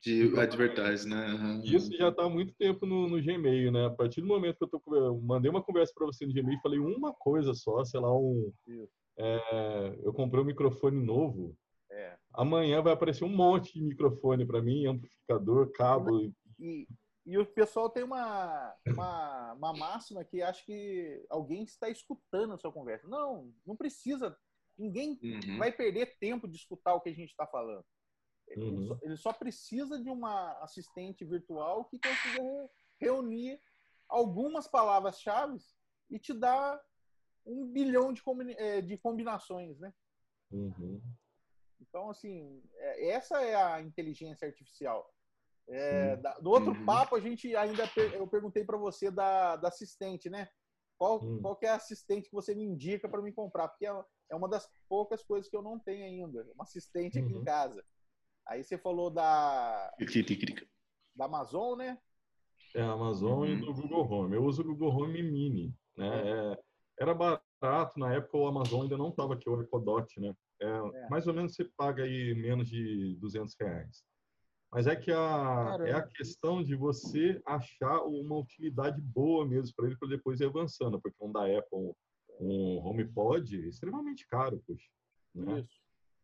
De advertise, né? Uhum. Isso já está há muito tempo no, no Gmail, né? A partir do momento que eu, tô, eu mandei uma conversa para você no Gmail, falei uma coisa só, sei lá, um, é, eu comprei um microfone novo. É. Amanhã vai aparecer um monte de microfone para mim, amplificador, cabo. E, e o pessoal tem uma, uma, uma máxima que acha que alguém está escutando a sua conversa. Não, não precisa. Ninguém Uhum. vai perder tempo de escutar o que a gente está falando. Ele, Uhum. só, ele só precisa de uma assistente virtual que consiga reunir algumas palavras-chave e te dar um bilhão de, combina de combinações, né? Uhum. Então, assim, é, essa é a inteligência artificial. É, da, do outro uhum. papo, a gente ainda per, eu perguntei para você da, da assistente, né? Qual, uhum. qual que é a assistente que você me indica para me comprar? Porque é, é uma das poucas coisas que eu não tenho ainda, uma assistente aqui uhum. em casa. Aí você falou da da Amazon, né? É, a Amazon uhum. e do Google Home. Eu uso o Google Home Mini, né? É, era barato na época, o Amazon ainda não estava aqui, o Echo Dot, né? É, é. Mais ou menos você paga aí menos de duzentos reais. Mas é que a, é a questão de você achar uma utilidade boa mesmo para ele, para depois ir avançando, porque um da Apple, um HomePod, é extremamente caro, poxa. Né? Isso.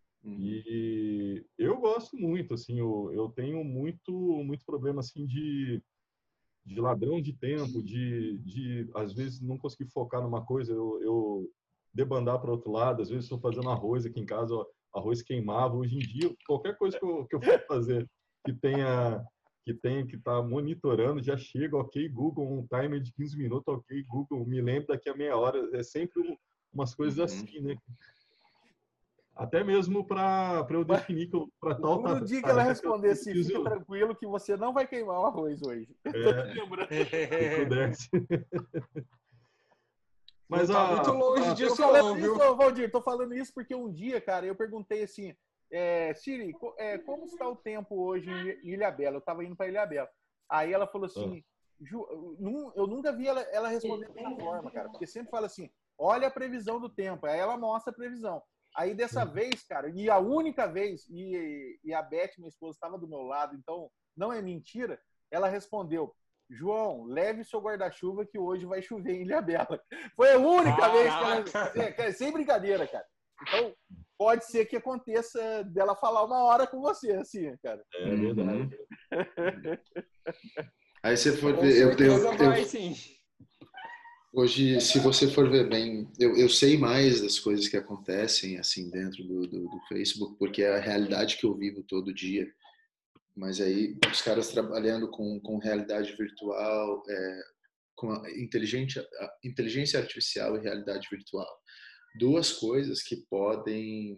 E eu gosto muito, assim, eu, eu tenho muito, muito problema, assim, de, de ladrão de tempo, de, de, às vezes, não conseguir focar numa coisa, eu, eu debandar para outro lado, às vezes estou fazendo arroz aqui em casa, arroz queimava. Hoje em dia, qualquer coisa que eu, que eu for fazer que tenha que tenha que estar tá monitorando, já chega, ok, Google, um timer de quinze minutos, ok, Google, me lembra daqui a meia hora, é sempre um, umas coisas uhum. assim, né? Até mesmo para eu definir que para tal No dia que ela responder assim, preciso... fica tranquilo que você não vai queimar o arroz hoje. É, tô te lembrando. Se pudesse. Mas não a, tá muito longe a, disso, tô não, viu? Isso, Valdir, tô falando isso porque um dia, cara, eu perguntei assim, é, Siri, é, como está o tempo hoje em Ilhabela? Eu tava indo para Ilhabela. Aí ela falou assim, Ju, eu nunca vi ela, ela responder dessa forma, cara, porque sempre fala assim, olha a previsão do tempo. Aí ela mostra a previsão. Aí dessa uhum. vez, cara, e a única vez, e, e a Beth, minha esposa, estava do meu lado, então não é mentira, ela respondeu, João, leve seu guarda-chuva que hoje vai chover em Ilhabela. Foi a única Caraca. vez que ela... É, sem brincadeira, cara. Então, pode ser que aconteça dela falar uma hora com você, assim, cara. É verdade. Aí você for ver... Eu, eu, vai, eu, sim. Hoje, se você for ver bem, eu, eu sei mais das coisas que acontecem assim dentro do, do, do Facebook, porque é a realidade que eu vivo todo dia. Mas aí, os caras trabalhando com, com realidade virtual, é, com a inteligência, a inteligência artificial e realidade virtual. Duas coisas que podem...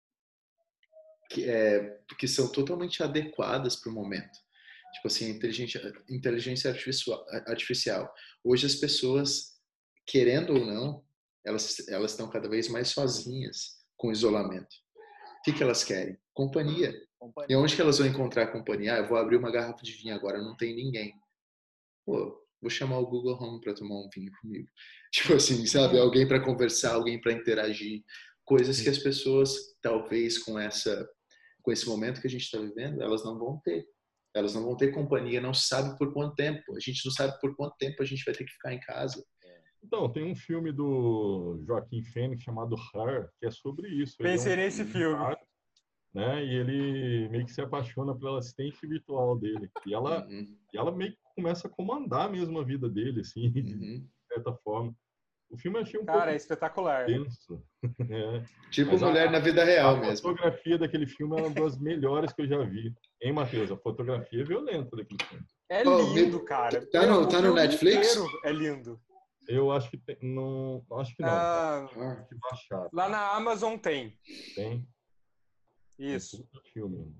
que, é, que são totalmente adequadas para o momento. Tipo assim, inteligência, inteligência artificial, artificial. Hoje as pessoas... querendo ou não, elas elas estão cada vez mais sozinhas com o isolamento. O que que elas querem? Companhia. Companhia. E onde que elas vão encontrar companhia? Ah, eu vou abrir uma garrafa de vinho agora, não tem ninguém. Pô, vou chamar o Google Home para tomar um vinho comigo. Tipo assim, sabe? Alguém para conversar, alguém para interagir. Coisas que as pessoas, talvez com essa, com esse momento que a gente está vivendo, elas não vão ter. Elas não vão ter companhia, não se sabe por quanto tempo. A gente não sabe por quanto tempo a gente vai ter que ficar em casa. Então, tem um filme do Joaquim Fênix chamado Her, que é sobre isso. Pensei é um nesse filme. Cara, né? E ele meio que se apaixona pela assistente virtual dele. E ela, uhum. e ela meio que começa a comandar mesmo a vida dele, assim, uhum. de certa forma. O filme eu achei um Cara, pouco é espetacular. tenso. É. Tipo Mas Mulher a, na Vida Real a mesmo. A fotografia daquele filme é uma das melhores que eu já vi. Hein, Matheus? A fotografia é violenta daquele filme. É lindo, oh, cara. Tá no, tá no Netflix? É lindo. Eu acho que tem, não, acho que não. Ah, tá? que baixar, lá na Amazon tem. Tem? Isso. Tem filme.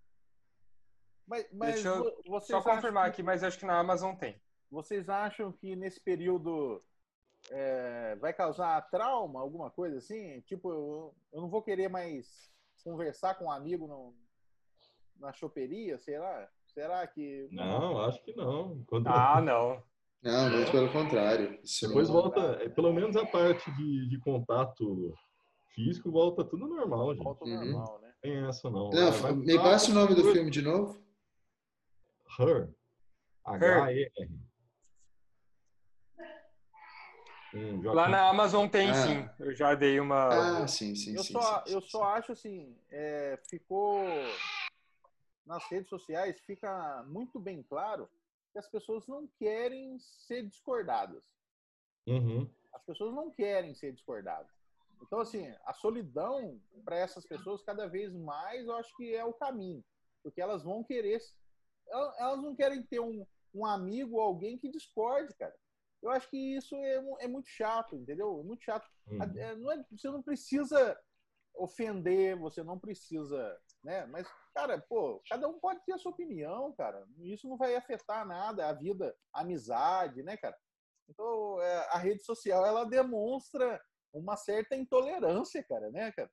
Mas, mas Deixa eu vocês só confirmar que, aqui, mas acho que na Amazon tem. Vocês acham que nesse período é, vai causar trauma, alguma coisa assim? Tipo, eu, eu não vou querer mais conversar com um amigo no, na choperia, será? Será que... Não, acho que não. Quando... Ah, não. Não, muito pelo contrário. Isso Depois não... volta, pelo menos a parte de, de contato físico volta tudo normal, gente. Volta uhum. normal, né? Tem essa não. Não, vai, vai me passa o nome do filme de novo. Her. H E R. Hum, Lá na Amazon tem, Ah. sim. Eu já dei uma... Ah, sim, sim, Eu sim. só, sim, eu sim, só acho assim, é, ficou nas redes sociais, fica muito bem claro que as pessoas não querem ser discordadas. Uhum. As pessoas não querem ser discordadas. Então, assim, a solidão para essas pessoas cada vez mais eu acho que é o caminho. Porque elas vão querer. Elas não querem ter um, um amigo ou alguém que discorde, cara. Eu acho que isso é, é muito chato, entendeu? É muito chato. Uhum. É, não é, você não precisa ofender, você não precisa, né? Mas, cara, pô, cada um pode ter a sua opinião, cara. Isso não vai afetar nada, a vida, a amizade, né, cara? Então, é, a rede social, ela demonstra uma certa intolerância, cara, né, cara?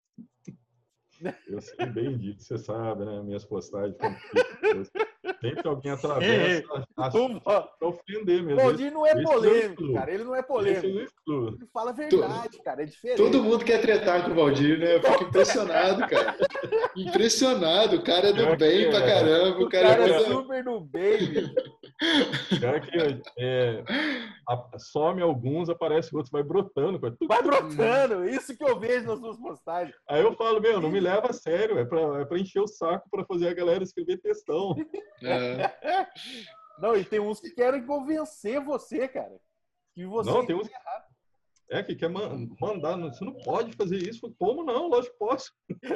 Eu sei bem disso, você sabe, né? Minhas postagens. Sempre alguém atravessa achando pra ofender O mesmo. Valdir não é Esse polêmico, eu cara. Ele não é Esse polêmico. eu excluo. Ele fala a verdade, cara. É diferente. Todo mundo quer tretar com o Valdir, né? Eu fico impressionado, cara. Impressionado. O cara é do Pior que bem pra é. caramba. O O cara, cara é é coisa... super no bem, bicho. Pior que é, a- some alguns, aparece outros, vai brotando. Vai, Vai brotando. Isso que eu vejo nas suas postagens. Aí eu falo, meu, não me leva a sério, é pra, é pra encher o saco pra fazer a galera escrever textão. É. Não, e tem uns que querem convencer você, cara. Que você Não, tem uns é que quer man- mandar, não- você não pode fazer isso. Como não? Lógico que posso.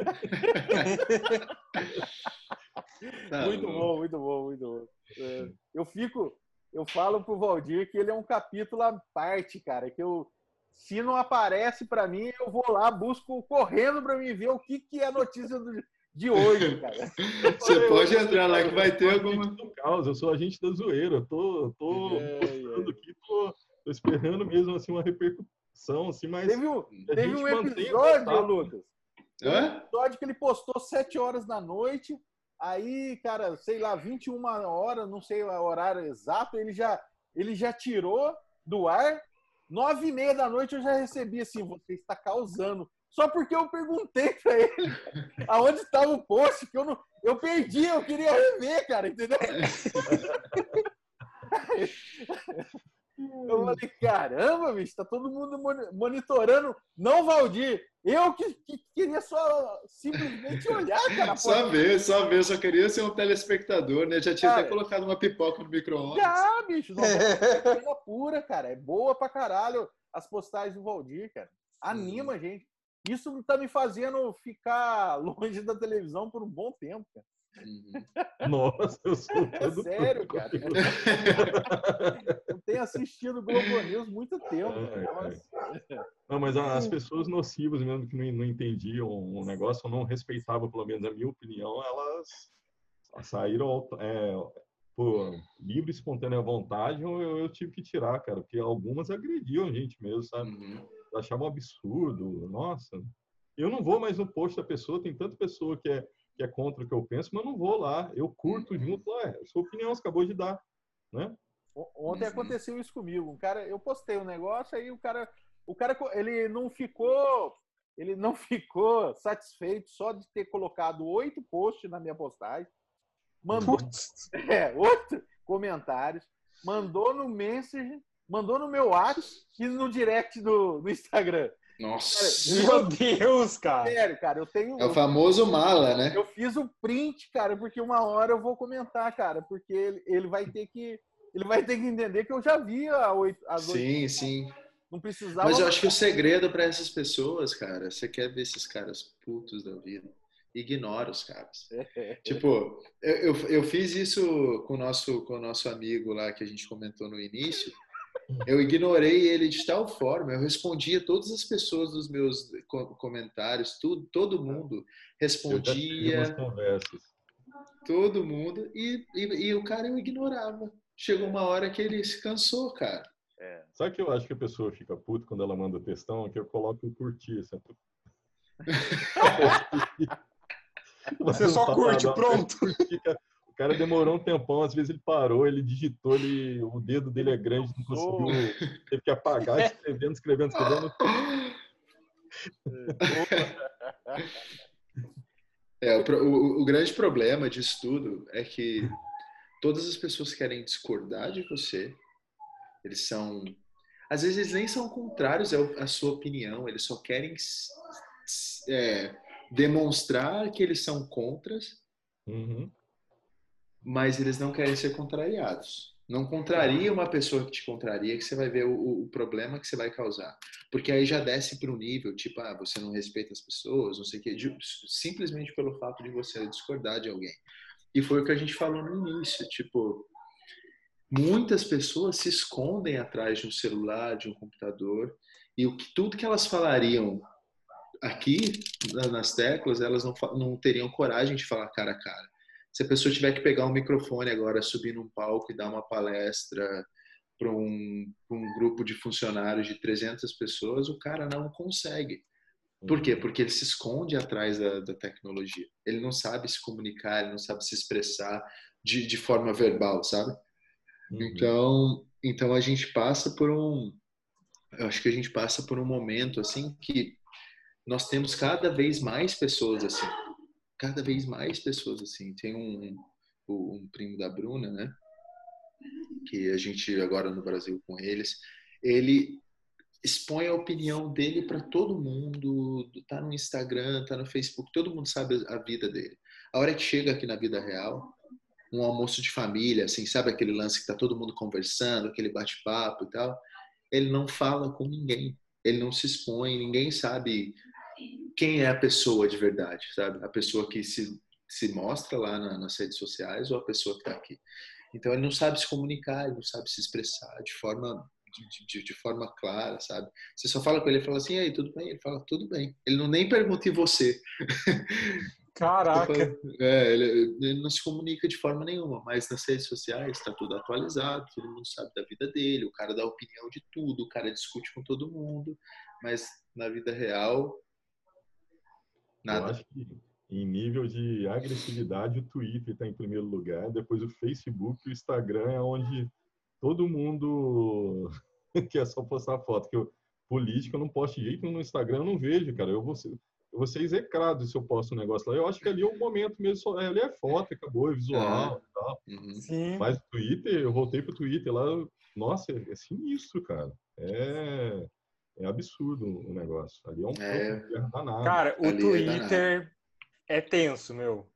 Tá muito louco. bom, muito bom, muito bom. É, eu fico, eu falo pro Valdir que ele é um capítulo à parte, cara, que eu, se não aparece pra mim, eu vou lá, busco correndo pra mim ver o que, que é a notícia do, de hoje, cara. Você pode entrar lá que vai ter Eu sou alguma... agente do caos, eu sou agente da zoeira. Eu tô, eu tô É, postando é. aqui, tô, tô esperando mesmo assim, uma repercussão, assim, mas Teve um, a teve gente um mantém episódio, contato. Lucas. Teve um Hã? episódio que ele postou sete horas da noite. Aí, cara, sei lá, vinte e uma horas, não sei o horário exato, ele já, ele já tirou do ar. Nove e meia da noite eu já recebi assim, você está causando. Só porque eu perguntei pra ele aonde estava o post, que eu não, eu perdi, eu queria rever, cara, entendeu? Eu falei, caramba, bicho, tá todo mundo monitorando. Não, Valdir, eu que, que queria só simplesmente olhar, cara. Só ver, só ver. Só queria ser um telespectador, né? Já tinha Cara, até colocado uma pipoca no micro-ondas. Já, bicho, não, é coisa pura, cara. É boa pra caralho as postagens do Valdir, cara. Anima a gente. Isso tá me fazendo ficar longe da televisão por um bom tempo, cara. Uhum. Nossa, eu sou É todo sério, cara. Eu tenho assistido o Globo News muito tempo. É, Nossa. Não, mas as pessoas nocivas mesmo que não, não entendiam o negócio, ou não respeitavam, pelo menos a minha opinião, elas saíram é, por livre e espontânea vontade, eu, eu tive que tirar, cara, porque algumas agrediam a gente mesmo, sabe? Uhum. Achavam um absurdo, nossa. Eu não vou mais no post da pessoa, tem tanta pessoa que é, que é contra o que eu penso, mas eu não vou lá, eu curto junto, lá, é, sua opinião você acabou de dar, né? Ontem aconteceu isso comigo. Um cara, eu postei um negócio, aí o cara, o cara, ele não ficou, ele não ficou satisfeito só de ter colocado oito posts na minha postagem, mandou, é, oito comentários, mandou no Messenger, mandou no meu WhatsApp e no direct do, do Instagram. Nossa. Meu Deus, cara. Sério, cara, eu tenho. É o famoso mala, né? Eu fiz o print, cara, porque uma hora eu vou comentar, cara, porque ele, ele vai ter que. Ele vai ter que entender que eu já vi a oito, as oito. Sim, sim. Não precisava. Mas eu acho que o segredo para essas pessoas, cara, você quer ver esses caras putos da vida, ignora os caras. Tipo, eu, eu, eu fiz isso com o nosso, com o nosso amigo lá que a gente comentou no início. Eu ignorei ele de tal forma, eu respondia todas as pessoas dos meus comentários, tudo, todo mundo respondia, conversas. todo mundo, e, e, e o cara eu ignorava. Chegou uma hora que ele se cansou, cara. É. Sabe que eu acho que a pessoa fica puta quando ela manda textão? Que eu coloco o curtir. Assim. Você só curte, pronto. O cara demorou um tempão, às vezes ele parou, ele digitou, ele, o dedo dele é grande, não conseguiu, teve que apagar, escrevendo, escrevendo, escrevendo. É, o, o, o grande problema disso tudo é que todas as pessoas querem discordar de você. Eles são... Às vezes eles nem são contrários à sua opinião, eles só querem é, demonstrar que eles são contras, Uhum. mas eles não querem ser contrariados. Não contraria uma pessoa que te contraria, que você vai ver o, o problema que você vai causar. Porque aí já desce para o nível, tipo, ah, você não respeita as pessoas, não sei o quê, de, simplesmente pelo fato de você discordar de alguém. E foi o que a gente falou no início, tipo, muitas pessoas se escondem atrás de um celular, de um computador, e o que, tudo que elas falariam aqui, nas teclas, elas não, não teriam coragem de falar cara a cara. Se a pessoa tiver que pegar um microfone agora, subir num palco e dar uma palestra para um, um grupo de funcionários de trezentas pessoas, o cara não consegue. Por quê? Porque ele se esconde atrás da, da tecnologia. Ele não sabe se comunicar, ele não sabe se expressar de, de forma verbal, sabe? Uhum. Então, então a gente passa por um... Eu acho que a gente passa por um momento assim que nós temos cada vez mais pessoas assim. Cada vez mais pessoas assim. Tem um, um primo da Bruna, né? Que a gente agora no Brasil com eles, ele expõe a opinião dele para todo mundo, tá no Instagram, tá no Facebook, todo mundo sabe a vida dele. A hora que chega aqui na vida real, um almoço de família, assim, sabe aquele lance que tá todo mundo conversando, aquele bate-papo e tal, ele não fala com ninguém, ele não se expõe, ninguém sabe quem é a pessoa de verdade, sabe? A pessoa que se, se mostra lá na, nas redes sociais ou a pessoa que tá aqui. Então ele não sabe se comunicar, ele não sabe se expressar de forma de, de, de forma clara, sabe? Você só fala com ele e fala assim, e aí, tudo bem? Ele fala, tudo bem. Ele não nem pergunta em você. Caraca! É, ele, ele não se comunica de forma nenhuma, mas nas redes sociais está tudo atualizado, todo mundo sabe da vida dele, o cara dá opinião de tudo, o cara discute com todo mundo, mas na vida real, nada. Eu acho que em nível de agressividade, o Twitter está em primeiro lugar, depois o Facebook e o Instagram é onde todo mundo quer só postar foto. Que eu, política eu não posto de jeito nenhum no Instagram, eu não vejo, cara. Eu vou ser, eu vou ser execrado se eu posto um negócio lá. Eu acho que ali é o momento mesmo, só, ali é foto, acabou, é visual e tal. Uhum. Sim. Mas o Twitter, eu voltei pro Twitter lá, nossa, é, é sinistro, cara. É... É absurdo o negócio. Ali é um é, campo de guerra danado. Cara, o Ali Twitter é, é tenso, meu.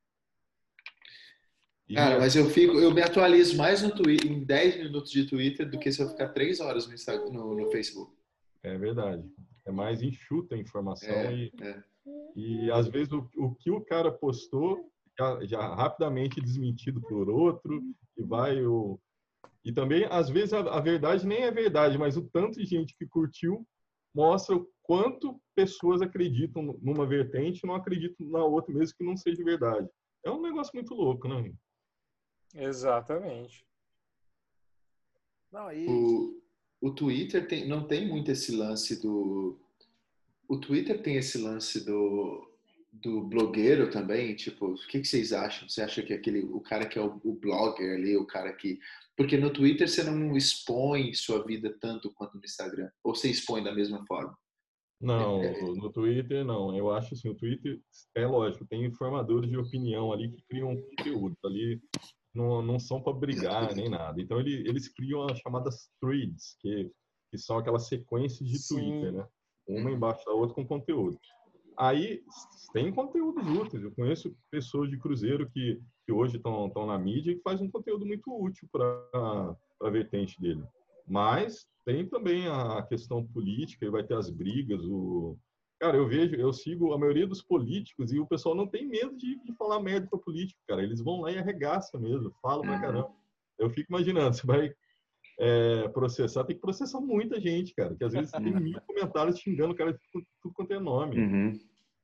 Cara, mas eu fico, eu me atualizo mais no Twitter, em dez minutos de Twitter do que se eu ficar três horas no, Instagram, no, no Facebook. É verdade. É mais enxuta a informação é, e, é. e às vezes o, o que o cara postou já, já rapidamente desmentido por outro e vai o e também às vezes a, a verdade nem é verdade, mas o tanto de gente que curtiu mostra o quanto pessoas acreditam numa vertente e não acreditam na outra, mesmo que não seja verdade. É um negócio muito louco, né? Exatamente. Não, e... o, o Twitter tem, não tem muito esse lance do... O Twitter tem esse lance do, do blogueiro também, tipo, o que, que vocês acham? Você acha que aquele, o cara que é o, o blogger ali, o cara que... Porque no Twitter você não expõe sua vida tanto quanto no Instagram. Ou você expõe da mesma forma? Não, no Twitter não. Eu acho assim, o Twitter é lógico, tem informadores de opinião ali que criam conteúdo. Ali não, não são para brigar nem nada. Então ele, eles criam as chamadas threads, que, que são aquelas sequências de Sim. Twitter, né? Uma embaixo da outra com conteúdo. Aí tem conteúdos úteis. Eu conheço pessoas de cruzeiro que, que hoje estão na mídia e que fazem um conteúdo muito útil para a vertente dele. Mas tem também a questão política, e vai ter as brigas. O... Cara, eu vejo, eu sigo a maioria dos políticos e o pessoal não tem medo de, de falar merda para político, cara. Eles vão lá e arregaçam mesmo, falam pra caramba. Eu fico imaginando, você vai é, processar, tem que processar muita gente, cara, que às vezes tem mil comentários xingando o cara de tudo, tudo quanto é nome. Uhum.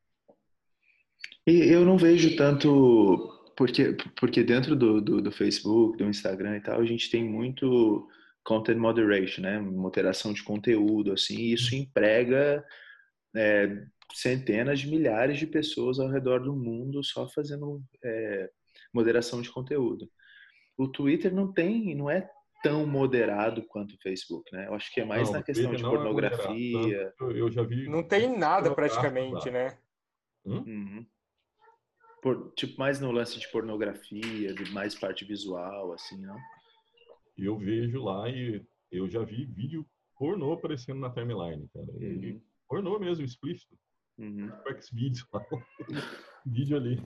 E eu não vejo tanto... Porque, porque dentro do, do, do Facebook, do Instagram e tal, a gente tem muito content moderation, né? Moderação de conteúdo, assim, e isso emprega é, centenas de milhares de pessoas ao redor do mundo só fazendo é, moderação de conteúdo. O Twitter não tem, não é tão moderado quanto o Facebook, né? Eu acho que é mais não, na questão de pornografia. É eu, eu já vi. Não tem nada praticamente, né? Hum? Uhum. por, tipo, mais no lance de pornografia, de mais parte visual, assim, não? Eu vejo lá e eu já vi vídeo pornô aparecendo na timeline, cara. E Uhum. pornô mesmo, explícito. Uhum. Xvideos lá. Vídeo ali.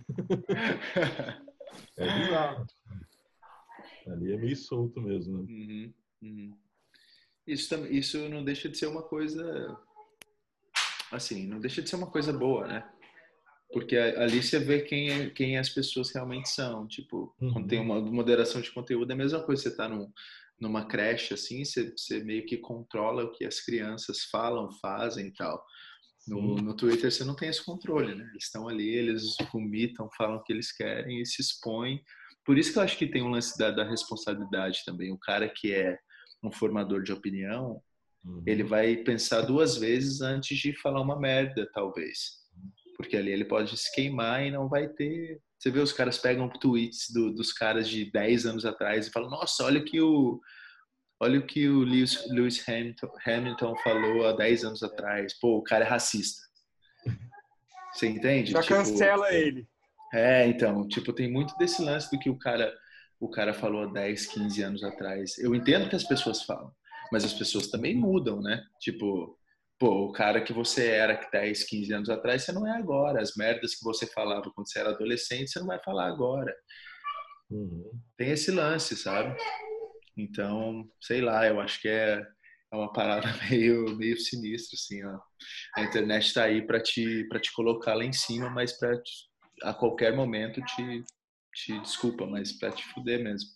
É bizarro. Ali é meio solto mesmo, né? Uhum. Uhum. Isso, tam- isso não deixa de ser uma coisa, assim, não deixa de ser uma coisa boa, né? Porque a- ali você vê quem, é, quem as pessoas realmente são. Tipo, quando tem Uhum. uma moderação de conteúdo, é a mesma coisa. Você tá num, numa creche, assim, você, você meio que controla o que as crianças falam, fazem e tal. No, Sim. no Twitter você não tem esse controle, né? Eles estão ali, eles vomitam, falam o que eles querem e se expõem. Por isso que eu acho que tem um lance da, da responsabilidade também. O cara que é um formador de opinião, ele Uhum. vai pensar duas vezes antes de falar uma merda, talvez. Porque ali ele pode se queimar e não vai ter... Você vê, os caras pegam tweets do, dos caras de dez anos atrás e falam, nossa, olha que o... Olha o que o Lewis, Lewis Hamilton, Hamilton falou há dez anos atrás. Pô, o cara é racista. Você entende? Já Tipo, cancela ele. é, então, tipo, tem muito desse lance do que o cara, o cara falou há dez, quinze anos atrás. Eu entendo que as pessoas falam, mas as pessoas também mudam, né? Tipo, pô, o cara que você era dez, quinze anos atrás, você não é agora. As merdas que você falava quando você era adolescente, você não vai falar agora. Uhum. Tem esse lance, sabe? Então, sei lá, eu acho que é, é uma parada meio, meio sinistra, assim, ó. A internet está aí para te, para te colocar lá em cima, mas para a qualquer momento te, te desculpa, mas para te fuder mesmo.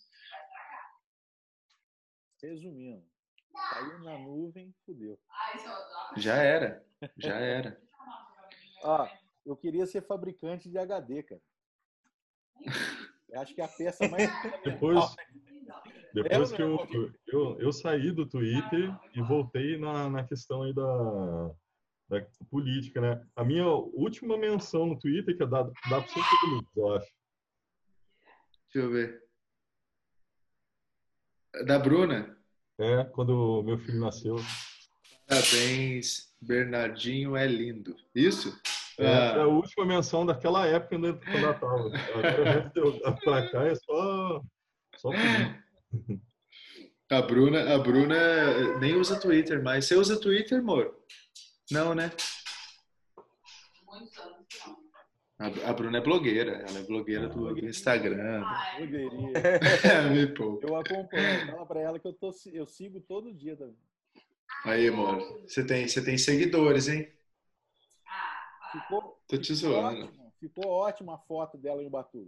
Resumindo, caiu na nuvem, fudeu. Já era, já era. Ó, eu queria ser fabricante de H D, cara. Eu acho que é a peça mais Depois, depois É, que eu, eu, eu saí do Twitter e voltei na, na questão aí da, da política, né? A minha última menção no Twitter, que é dá, dá para cinco minutos, eu acho. Deixa eu ver. Da Bruna. É, quando meu filho nasceu. Parabéns, Bernardinho é lindo. Isso? Essa é a Ah, última menção daquela época quando eu estava. Agora, o resto de eu pra cá é só, só política. a Bruna, a Bruna nem usa Twitter, mas você usa Twitter, amor? Não, né? A, a Bruna é blogueira, ela é blogueira do, do Instagram. Blogueirinha. Me poupa. Eu acompanho, fala pra ela que eu, tô, eu sigo todo dia também. Aí, amor, você tem, você tem seguidores, hein? Ficou, Tô te ficou zoando. ótimo, ficou ótima a foto dela em Ubatuba.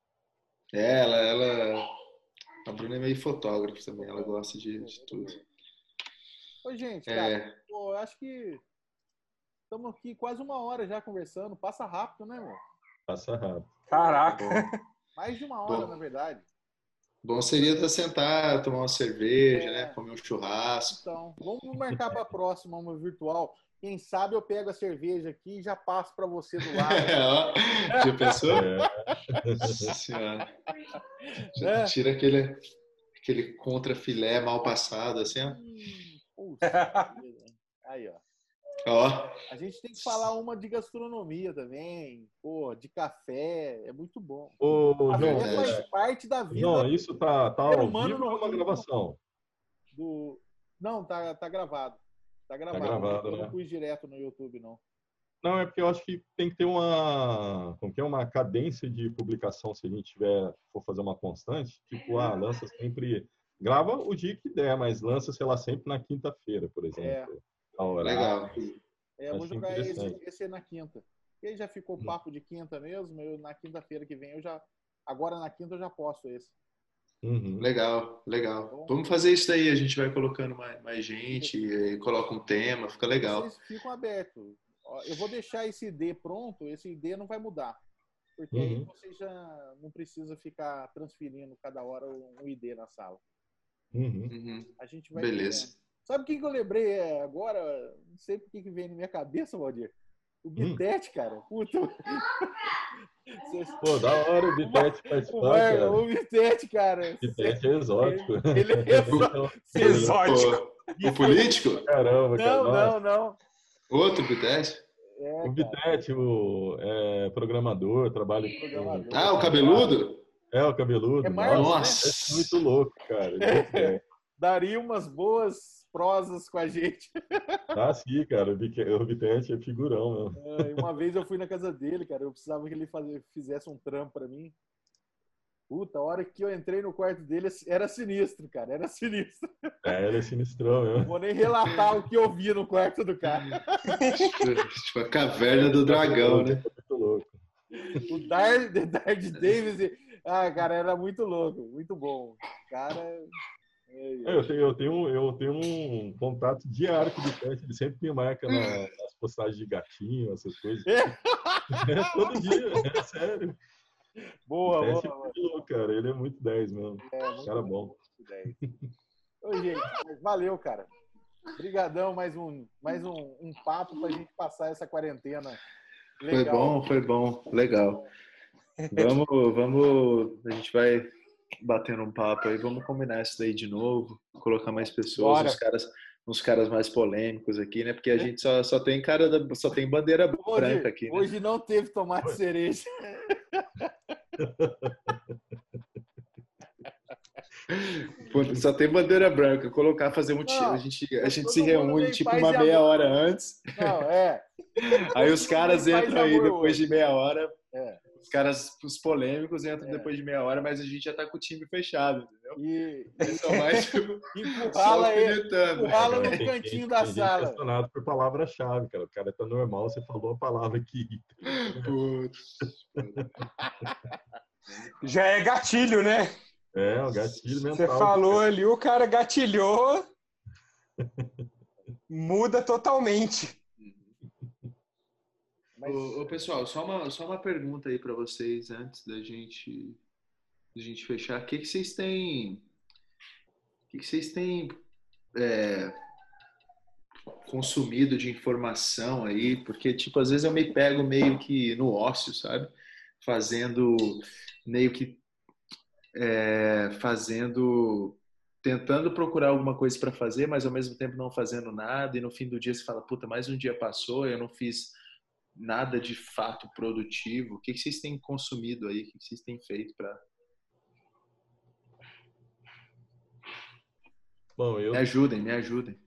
É, ela, ela... A Bruna é meio fotógrafa também, ela gosta de, de tudo. Ô, gente, É. cara, pô, eu acho que estamos aqui quase uma hora já conversando. Passa rápido, né, meu? Passa rápido. Caraca. Bom, Mais de uma hora, Bom. na verdade. bom seria estar sentar, tomar uma cerveja, É. né? Comer um churrasco. Então, vamos marcar para a próxima, uma virtual. Quem sabe eu pego a cerveja aqui e já passo para você do lado. Ó, já pensou? É. Nossa senhora. Já É. tira aquele, aquele contra filé mal passado, assim, ó. Hum, puxa vida. Aí, ó. Ó, A gente tem que falar uma de gastronomia também, pô, de café, é muito bom. Ô, Café João, verdade. faz parte da vida João, isso tá, tá ser ao humano vivo ou é uma no- gravação? do... Não, tá, tá gravado. Tá gravado. gravado, eu né? não pus direto no YouTube, não. Não, é porque eu acho que tem que ter uma, como que é, uma cadência de publicação se a gente tiver, for fazer uma constante. Tipo, ah, lança sempre... Grava o dia que der, mas lança, sei lá, sempre na quinta-feira, por exemplo. A hora. legal. É, eu vou Acho jogar esse, interessante. esse na quinta. E aí já ficou papo de quinta mesmo. Eu, na quinta-feira que vem, eu já. Agora na quinta eu já posto esse. Uhum. Legal, legal. Vamos fazer isso daí, a gente vai colocando mais, mais gente, e coloca um tema, fica legal. Vocês ficam abertos. Ó, eu vou deixar esse I D pronto, esse I D não vai mudar. Porque Uhum. aí você já não precisa ficar transferindo cada hora um I D na sala. Uhum. Uhum. A gente vai Beleza. criando. Sabe o que, que eu lembrei agora? Não sei por que que veio na minha cabeça, Valdir. O Bitete, cara. Puta. Vocês- Pô, da hora o Bitete O, participar, Mar... cara. o Bitete, cara. Bitete é exótico. Ele é exótico. Exótico. O, o político? Caramba, cara. Não, Nossa. não, não. Outro Bitete? É, O cara. Vitete, o é, programador, trabalha com... Programador. Ah, o cabeludo? É, o cabeludo. É Marcos, Nossa, né? é muito louco, cara. Ele é muito bem. Daria umas boas prosas com a gente. Ah, sim, cara. O Vique- o Vitete é figurão mesmo. É, uma vez eu fui na casa dele, cara. Eu precisava que ele fazer, fizesse um trampo pra mim. Puta, a hora que eu entrei no quarto dele era sinistro, cara. Era sinistro. É, ele é sinistrão Não mesmo. vou nem relatar o que eu via no quarto do cara. Tipo a caverna do dragão, né? Muito louco. O Dar, The Dark Davis. e- Ah, cara, era muito louco. Muito bom. Cara. é, É, Eu tenho, eu, tenho, eu tenho um contato diário com o Vitete. Ele sempre me marca na- nas postagens de gatinho, essas coisas. É, todo dia, é sério. Boa, O boa, Vitete é boa. muito louco, cara. Ele é muito dez mesmo. É, muito Cara bom. dez. Ô, gente, mas valeu, cara. Obrigadão, mais um, mais um, um papo pra gente passar essa quarentena. Foi Legal. bom, foi bom. Legal. Vamos, vamos. A gente vai batendo um papo aí. Vamos combinar isso daí de novo. Colocar mais pessoas, Bora. uns caras, uns caras mais polêmicos aqui, né? Porque a gente só, só tem cara da, só tem bandeira branca Hoje, aqui, né? hoje não teve tomate cereja. Pô, só tem bandeira branca. Colocar, fazer um tiro. Não, A gente, a tá gente todo se mundo reúne bem, tipo paz uma e meia amor. hora antes. Não, é. Aí os caras Paz e entram aí amor depois hoje. de meia hora. É. Os caras, os polêmicos, entram É. depois de meia hora, mas a gente já tá com o time fechado, entendeu? E Eles são mais tipo, só empurrá-la aí, alfinetando. empurrá-la Cara, no tem cantinho gente- da tem gente sala. impressionado por palavra-chave, cara. O cara tá normal, você falou a palavra aqui. Putz. Já é gatilho, né? É, o gatilho mental. Você falou ali, o cara gatilhou, muda totalmente. Mas, Ô, ô, pessoal, só uma, só uma pergunta aí para vocês antes da gente, da gente fechar. O que, que vocês têm, o que, que vocês têm é, consumido de informação aí? Porque, tipo, às vezes eu me pego meio que no ócio, sabe? Fazendo meio que é, fazendo, tentando procurar alguma coisa para fazer, mas ao mesmo tempo não fazendo nada. E no fim do dia você fala, puta, mais um dia passou, eu não fiz nada de fato produtivo. O que vocês têm consumido aí? O que vocês têm feito para... Bom, eu... Me ajudem, me ajudem.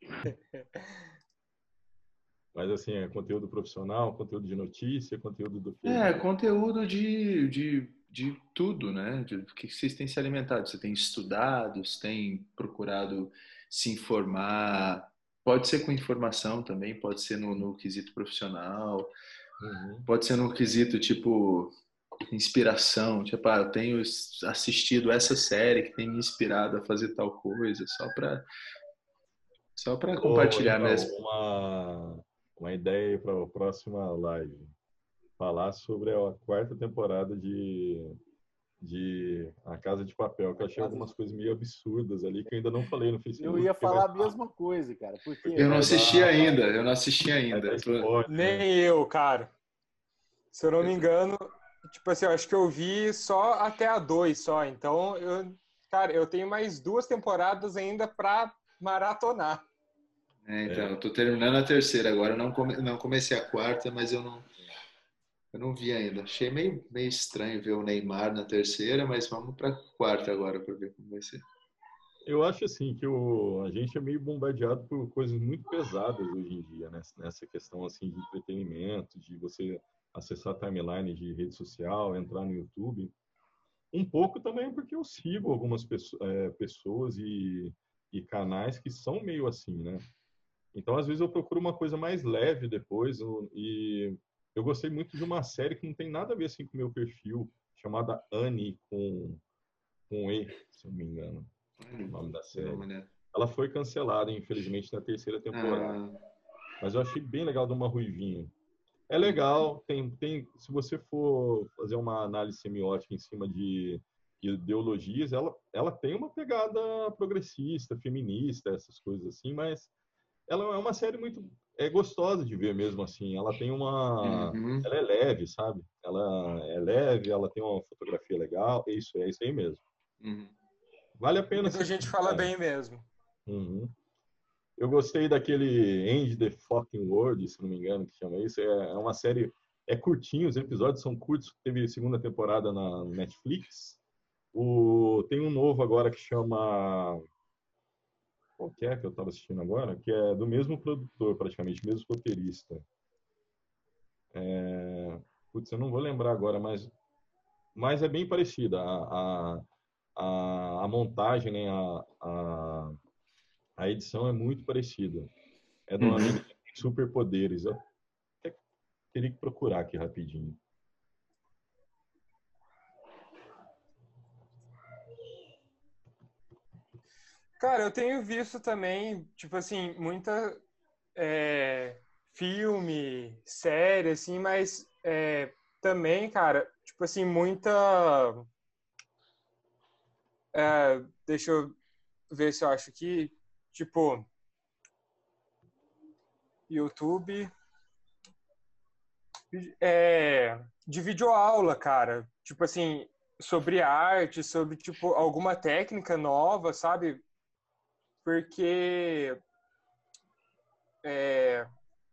Mas assim, é conteúdo profissional, conteúdo de notícia, conteúdo do quê? É, conteúdo de, de, de tudo, né? De, o que vocês têm se alimentado? Você tem estudado, você tem procurado se informar? Pode ser com informação também, pode ser no, no quesito profissional, Uhum. pode ser no quesito, tipo, inspiração. Tipo, ah, eu tenho assistido essa série que tem me inspirado a fazer tal coisa, só para só para compartilhar Ou, então, mesmo. Uma, uma ideia para a próxima live. Falar sobre a quarta temporada de, de A Casa de Papel, que eu achei algumas coisas meio absurdas ali, que eu ainda não falei no Facebook. eu ia falar a mesma coisa, cara. Porque Eu não assisti ainda, eu não assisti ainda. Vai dar spoiler, né? Nem eu, cara. Se eu não me engano, tipo assim, eu acho que eu vi só até a dois só. Então, eu, cara, eu tenho mais duas temporadas ainda pra maratonar. É, então, eu tô terminando a terceira agora. Eu não, come, não comecei a quarta, mas eu não, eu não vi ainda. Achei meio, meio estranho ver o Neymar na terceira, mas vamos pra quarta agora para ver como vai ser. Eu acho assim que o, a gente é meio bombardeado por coisas muito pesadas hoje em dia, né? Nessa questão assim de entretenimento, de você acessar a timeline de rede social, entrar no YouTube. Um pouco também porque eu sigo algumas pessoas, é, pessoas e, e canais que são meio assim, né? Então, às vezes eu procuro uma coisa mais leve depois eu, e eu gostei muito de uma série que não tem nada a ver assim com o meu perfil, chamada Annie com, com E, se eu não me engano. O nome da série. Ela foi cancelada, infelizmente, na terceira temporada. Ah. Mas eu achei bem legal de uma ruivinha. É legal, tem, tem, se você for fazer uma análise semiótica em cima de ideologias, ela, ela tem uma pegada progressista, feminista, essas coisas assim, mas ela é uma série muito é gostosa de ver mesmo assim. Ela tem uma, Uhum. ela é leve, sabe? Ela é leve, ela tem uma fotografia legal. É isso, é isso aí mesmo. Uhum. Vale a pena. Muita gente fala cara. bem mesmo. Uhum. Eu gostei daquele End the Fucking World, se não me engano, que chama isso. É, é uma série, é curtinho, os episódios são curtos. Teve segunda temporada na Netflix. O, tem um novo agora que chama... Qual que é que eu estava assistindo agora? Que é do mesmo produtor, praticamente, mesmo roteirista. É, putz, eu não vou lembrar agora, mas, mas é bem parecida. A, a, a, a montagem, né? a, a, a edição é muito parecida. É de uma Uhum. menina que tem superpoderes. Eu até teria que procurar aqui rapidinho. Cara, eu tenho visto também, tipo assim, muita é, filme, série, assim, mas é, também, cara, tipo assim, muita. É, deixa eu ver se eu acho aqui. Tipo, YouTube. É, de videoaula, cara. Tipo assim, sobre arte, sobre, tipo, alguma técnica nova, sabe? Porque. É,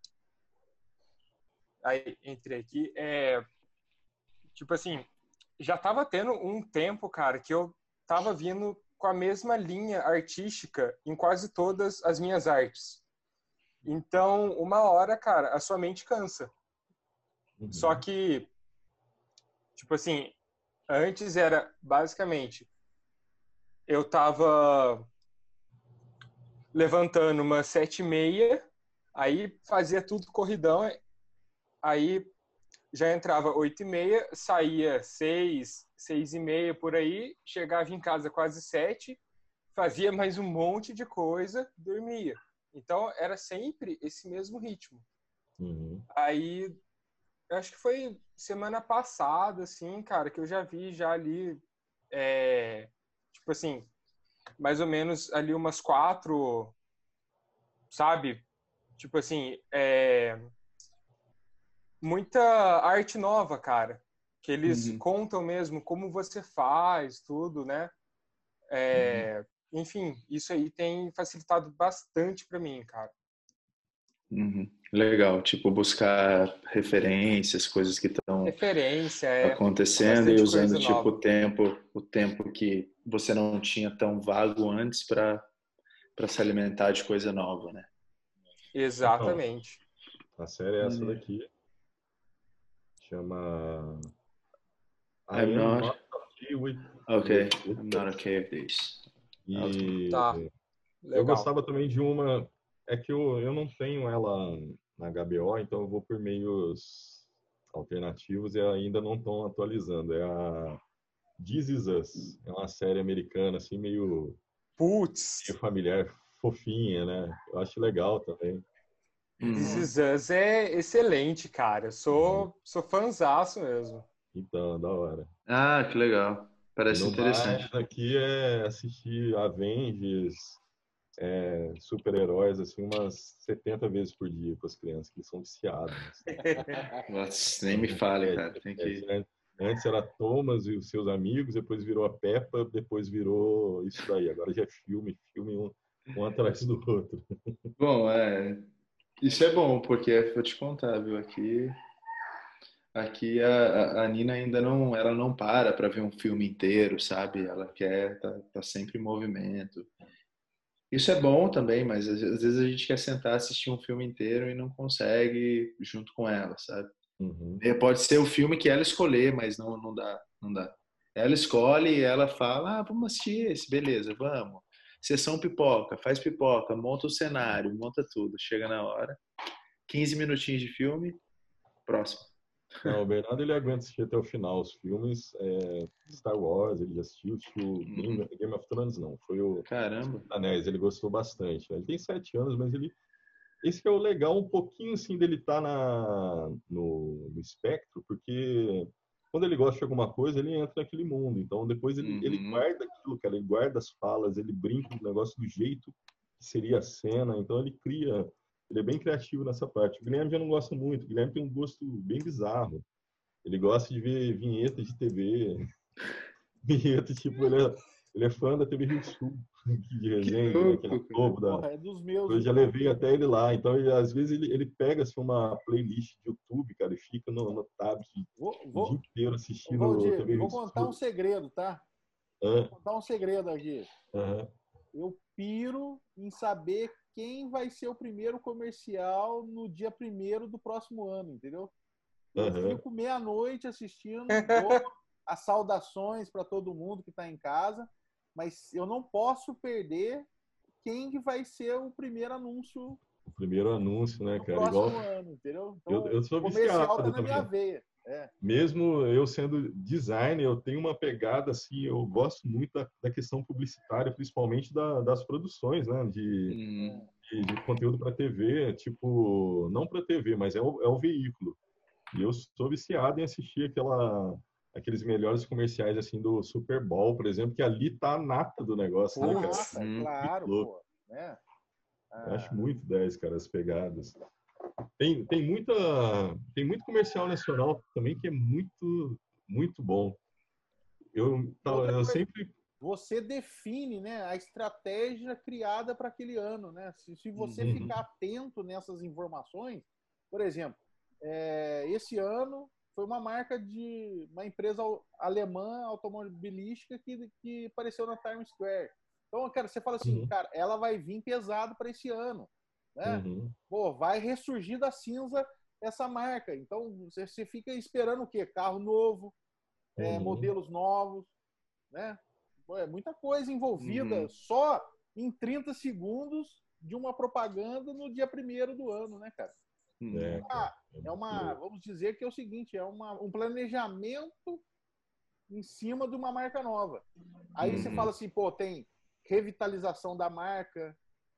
aí, entrei aqui. É, tipo assim, já tava tendo um tempo, cara, que eu tava vindo com a mesma linha artística em quase todas as minhas artes. Então, uma hora, cara, a sua mente cansa. Uhum. Só que, tipo assim, antes era basicamente eu tava levantando umas sete e meia, aí fazia tudo corridão, aí já entrava oito e meia, saía seis, seis e meia por aí, chegava em casa quase sete, fazia mais um monte de coisa, dormia. Então era sempre esse mesmo ritmo. Uhum. Aí acho que foi semana passada, assim, cara, que eu já vi já ali, é, tipo assim, mais ou menos ali umas quatro, sabe? Tipo assim, é, muita arte nova, cara. Que eles Uhum. contam mesmo como você faz, tudo, né? É, enfim, isso aí tem facilitado bastante para mim, cara. Uhum. Legal, tipo buscar referências, coisas que estão Referência, é acontecendo e bastante usando coisa tipo nova. o tempo, o tempo que você não tinha tão vago antes para para se alimentar de coisa nova, né? Então, Exatamente. a série é essa Maneiro. daqui. Chama I I'm Am not Not Okay with, with okay. It. I'm not okay with this. Okay. E Tá, eu legal. gostava também de uma. É que eu, eu não tenho ela na H B O, então eu vou por meios alternativos e ainda não estão atualizando. É a This Is Us. É uma série americana, assim, meio, meio Putz, familiar, fofinha, né? Eu acho legal também. This Uhum. Is Us é excelente, cara. Eu Uhum. sou, sou fãzaço mesmo. Então, da hora. Ah, que legal. E Parece no mais, interessante. aqui é assistir Avengers, é, super-heróis, assim, umas setenta vezes por dia com as crianças, que eles são viciados. Assim. Nossa, nem me Então, fale, é, cara. Tem é, que. é, antes era Thomas e os seus amigos, depois virou a Peppa, depois virou isso daí. Agora já é filme, filme um, um atrás do outro. Bom, é. Isso é bom, porque vou te contar, viu? Aqui, aqui a, a Nina ainda não, ela não para para ver um filme inteiro, sabe? Ela quer, tá, tá sempre em movimento. Isso é bom também, mas às às vezes a gente quer sentar assistir um filme inteiro e não consegue junto com ela, sabe? Uhum. É, pode ser o filme que ela escolher, mas não, não dá, não dá. Ela escolhe e ela fala, ah, vamos assistir esse, beleza, vamos. Sessão pipoca, faz pipoca, monta o cenário, monta tudo. Chega na hora, quinze minutinhos de filme, próximo. Não, o Bernardo ele aguenta assistir até o final. Os filmes, é, Star Wars, ele já assistiu, assistiu Game, Uhum. Game of Thrones, não. Foi o Caramba. Anéis, ele gostou bastante. Né? Ele tem sete anos, mas ele. Esse que é o legal, um pouquinho assim dele estar na no, no espectro, porque quando ele gosta de alguma coisa, ele entra naquele mundo. Então depois ele, ele Uhum. guarda aquilo, cara, ele guarda as falas, ele brinca do negócio do jeito que seria a cena. Então ele cria, ele é bem criativo nessa parte. O Guilherme já não gosta muito, o Guilherme tem um gosto bem bizarro. Ele gosta de ver vinheta de T V, vinheta tipo, ele é, ele é fã da T V Rio Sul. de Que Resende, né, que ele é o louco, cara. topo da... Porra, é dos meus. Eu já então. levei até ele lá. Então, ele, às vezes, ele, ele pega assim, uma playlist de YouTube, cara, e fica no, no tablet Vou, o dia vou, inteiro ô, assistindo Valdir, T V vou contar um Mistura. segredo, tá? Vou É, contar um segredo aqui. aham, Eu piro em saber quem vai ser o primeiro comercial no dia primeiro do próximo ano, entendeu? Eu aham. fico meia-noite assistindo, dou as saudações para todo mundo que está em casa, mas eu não posso perder quem que vai ser o primeiro anúncio O primeiro anúncio, né, no cara? Igual próximo ano, entendeu? eu, Então, eu o sou comercial tá viciado na minha também. veia. É. Mesmo eu sendo designer, eu tenho uma pegada assim, eu gosto muito da, da questão publicitária, principalmente da, das produções, né, de, Uhum. de, de conteúdo para T V, tipo, não para T V, mas é o, é o veículo. E eu sou viciado em assistir aquela, aqueles melhores comerciais assim do Super Bowl, por exemplo, que ali tá a nata do negócio, né, cara? Nossa, Uhum. claro, Louco. pô. Né? Eu acho Ah, muito dez, cara, as pegadas. Tem, tem muita, tem muito comercial nacional também que é muito, muito bom. Eu, e tava- outra eu coisa, sempre. você define, né, a estratégia criada para aquele ano, né? Se, se você Uhum. ficar atento nessas informações, por exemplo, é, esse ano foi uma marca de uma empresa alemã automobilística que, que apareceu na Times Square. Então, cara, você fala assim, Uhum, cara, ela vai vir pesado para esse ano, né? uhum, Pô, vai ressurgir da cinza essa marca. Então, você, você fica esperando o quê? Carro novo, é, uhum, modelos novos, né? Pô, é muita coisa envolvida Uhum. só em trinta segundos de uma propaganda no dia primeiro do ano, né, cara? é, Uhum. Ah, cara, é é muito uma, louco. vamos dizer que é o seguinte, é uma, um planejamento em cima de uma marca nova. Aí você Uhum. fala assim, pô, tem revitalização da marca,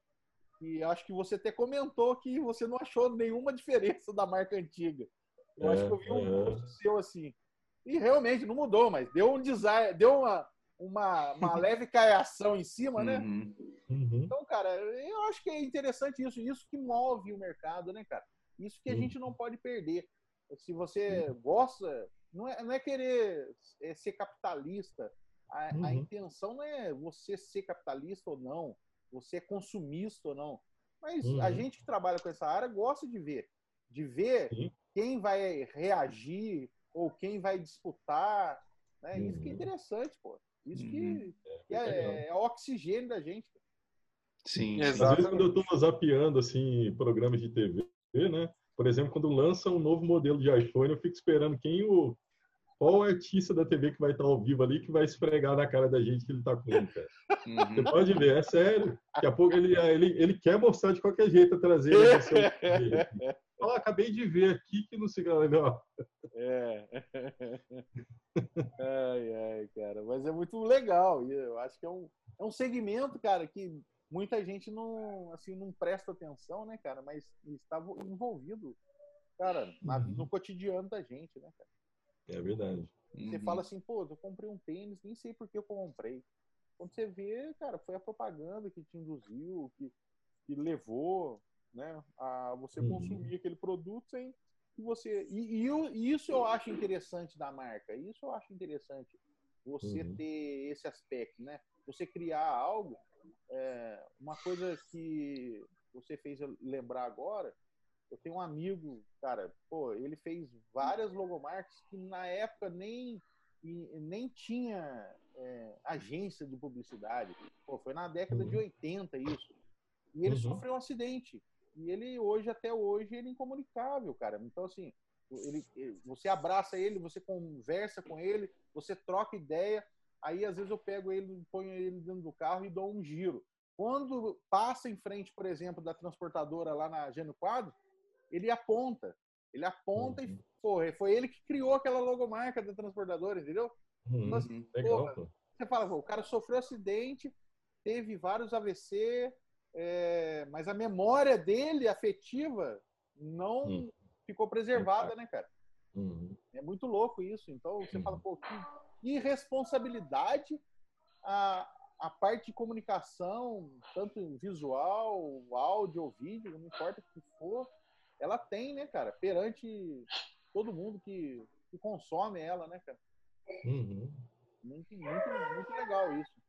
e acho que você até comentou que você não achou nenhuma diferença da marca antiga. Eu acho É, que eu vi um aham, post seu assim. E realmente não mudou, mas deu um design, deu uma, uma, uma leve caiação em cima, né? Uhum. uhum, Então, cara, eu acho que é interessante isso, isso que move o mercado, né, cara? Isso que a uhum, gente não pode perder. Se você gosta, não é, não é querer ser capitalista. A, a uhum, intenção não é você ser capitalista ou não, você é consumista ou não. Mas a uhum, gente que trabalha com essa área gosta de ver, de ver sim, quem vai reagir ou quem vai disputar, né? Isso que é uhum, interessante, pô. Isso Uhum. que, que bem legal. é, é o oxigênio da gente. Sim, Às sim. vezes, quando eu Exatamente. estou zapeando assim, programas de T V, né? Por exemplo, quando lança um novo modelo de iPhone, eu fico esperando quem o, qual o artista da T V que vai estar ao vivo ali que vai esfregar na cara da gente que ele tá com um, cara. Você Uhum. pode ver, é sério. Daqui a pouco ele, ele, ele quer mostrar de qualquer jeito a traseira do celular dele. Fala, acabei de ver aqui que não se não. É. Ai, ai, cara. Mas é muito legal. E eu acho que é um, é um segmento, cara, que muita gente não, assim, não presta atenção, né, cara? Mas está envolvido, cara, na, no Uhum, cotidiano da gente, né, cara? é verdade. Você fala Uhum. assim, pô, eu comprei um tênis, nem sei por que eu comprei. Quando você vê, cara, foi a propaganda que te induziu, que, que levou, né, a você Uhum, consumir aquele produto sem que você. E, e, eu- e isso eu acho interessante da marca. Isso eu acho interessante você uhum, ter esse aspecto, né? Você criar algo. É, uma coisa que você fez eu lembrar agora. Eu tenho um amigo, cara, pô, ele fez várias logomarcas que na época nem e nem tinha é, agência de publicidade. Pô, foi na década de uhum, oitenta isso. E ele uhum, sofreu um acidente. E ele hoje, até hoje, ele é incomunicável, cara. Então, assim, ele, ele- você abraça ele, você conversa com ele, você troca ideia. Aí, às vezes, eu pego ele, ponho ele dentro do carro e dou um giro. Quando passa em frente, por exemplo, da transportadora lá na Gênio Quadro, ele aponta. Ele aponta e, uhum, pô, foi ele que criou aquela logomarca da transportadora, entendeu? Então, uhum. assim, Uhum. porra, Legal, pô. você fala, pô, o cara sofreu acidente, teve vários A V C, é, mas a memória dele, afetiva, Hum, não ficou tem preservada, né, cara? uhum, É muito louco isso. Então, você fala, uhum, pô, que irresponsabilidade a, a parte de comunicação, tanto visual, áudio ou vídeo, não importa o que for, ela tem, né, cara, perante todo mundo que, que consome ela, né, cara? uhum. Muito, muito, muito legal isso.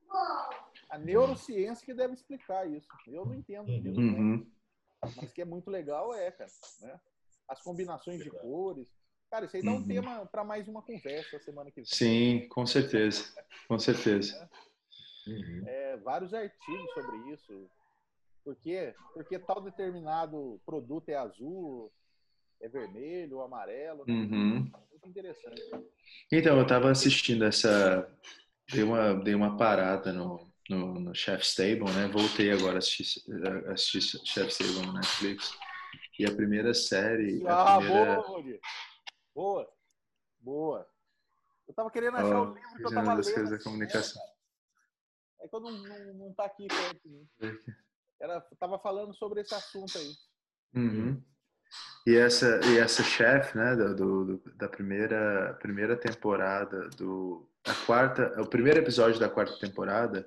A neurociência que deve explicar isso. Eu não entendo disso, Uhum. né? Mas que é muito legal, é, cara. Né? As combinações de cores. Cara, isso aí dá um Uhum. tema para mais uma conversa semana que vem. Sim, com certeza. Com certeza. Uhum. É, vários artigos sobre isso. Por quê? Porque tal determinado produto é azul, é vermelho, ou amarelo. Né? Uhum. Muito interessante. Então, eu tava assistindo essa... Dei uma, dei uma parada no, no, no Chef's Table, né? Voltei agora a assistir, a assistir Chef's Table no Netflix. E a primeira série... A Ah, primeira... boa, Rodi. Boa. Boa. Eu tava querendo achar Ó, o livro que eu Visão tava das lendo. coisas da Assim, comunicação. né? É que eu não, não, não tá aqui perto de mim. Era, tava falando sobre esse assunto aí. Uhum. E essa, e essa chefe, né, do, do, da primeira, primeira temporada, do, a quarta, o primeiro episódio da quarta temporada,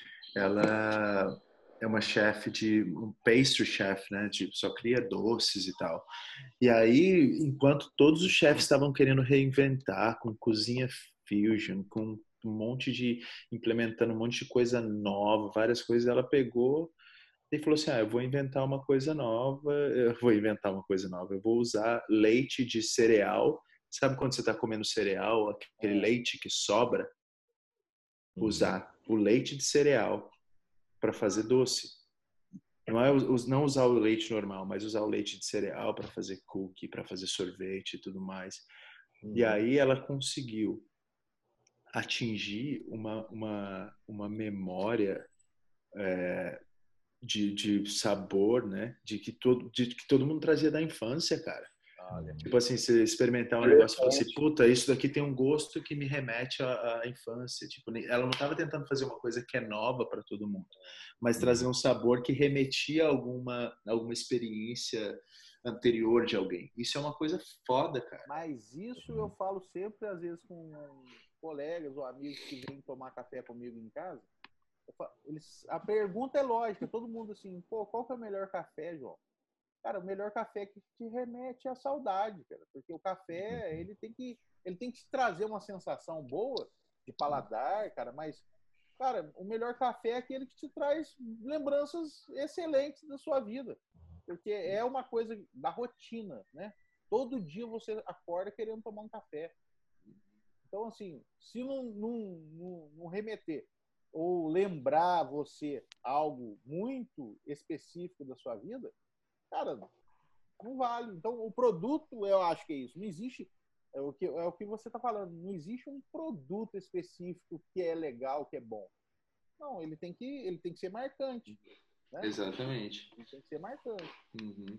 ela é uma chefe de, um pastry chef, né, tipo, só cria doces e tal. E aí, enquanto todos os chefes estavam querendo reinventar com cozinha fusion, com um monte de, implementando um monte de coisa nova, várias coisas, ela pegou e falou assim, ah, eu vou inventar uma coisa nova, eu vou inventar uma coisa nova, eu vou usar leite de cereal. Sabe quando você está comendo cereal, aquele leite que sobra? Usar o leite de cereal para fazer doce. Não é não usar o leite normal, mas usar o leite de cereal para fazer cookie, para fazer sorvete e tudo mais. Uhum. E aí ela conseguiu atingir uma, uma, uma memória é, De, de sabor, né? De que, todo, de que todo mundo trazia da infância, cara. Olha. Tipo assim, você experimentar um negócio e falar assim, puta, isso daqui tem um gosto que me remete à, à infância. Tipo, ela não estava tentando fazer uma coisa que é nova para todo mundo, mas trazer um sabor que remetia a alguma, alguma experiência anterior de alguém. Isso é uma coisa foda, cara. Mas isso eu falo sempre, às vezes, com colegas ou amigos que vêm tomar café comigo em casa. Eles, a pergunta é lógica, todo mundo assim, pô, qual que é o melhor café, João? Cara, o melhor café que te remete à saudade, cara, porque o café, ele tem que, ele tem que te trazer uma sensação boa de paladar, cara, mas, cara, o melhor café é aquele que te traz lembranças excelentes da sua vida, porque é uma coisa da rotina, né? Todo dia você acorda querendo tomar um café. Então, assim, se não, não, não, não remeter ou lembrar você algo muito específico da sua vida, cara, não vale. Então, o produto, eu acho que é isso. Não existe, é o que, é o que você está falando, não existe um produto específico que é legal, que é bom. Não, ele tem que, ele tem que ser marcante. Né? Exatamente. Ele tem que ser marcante. Uhum.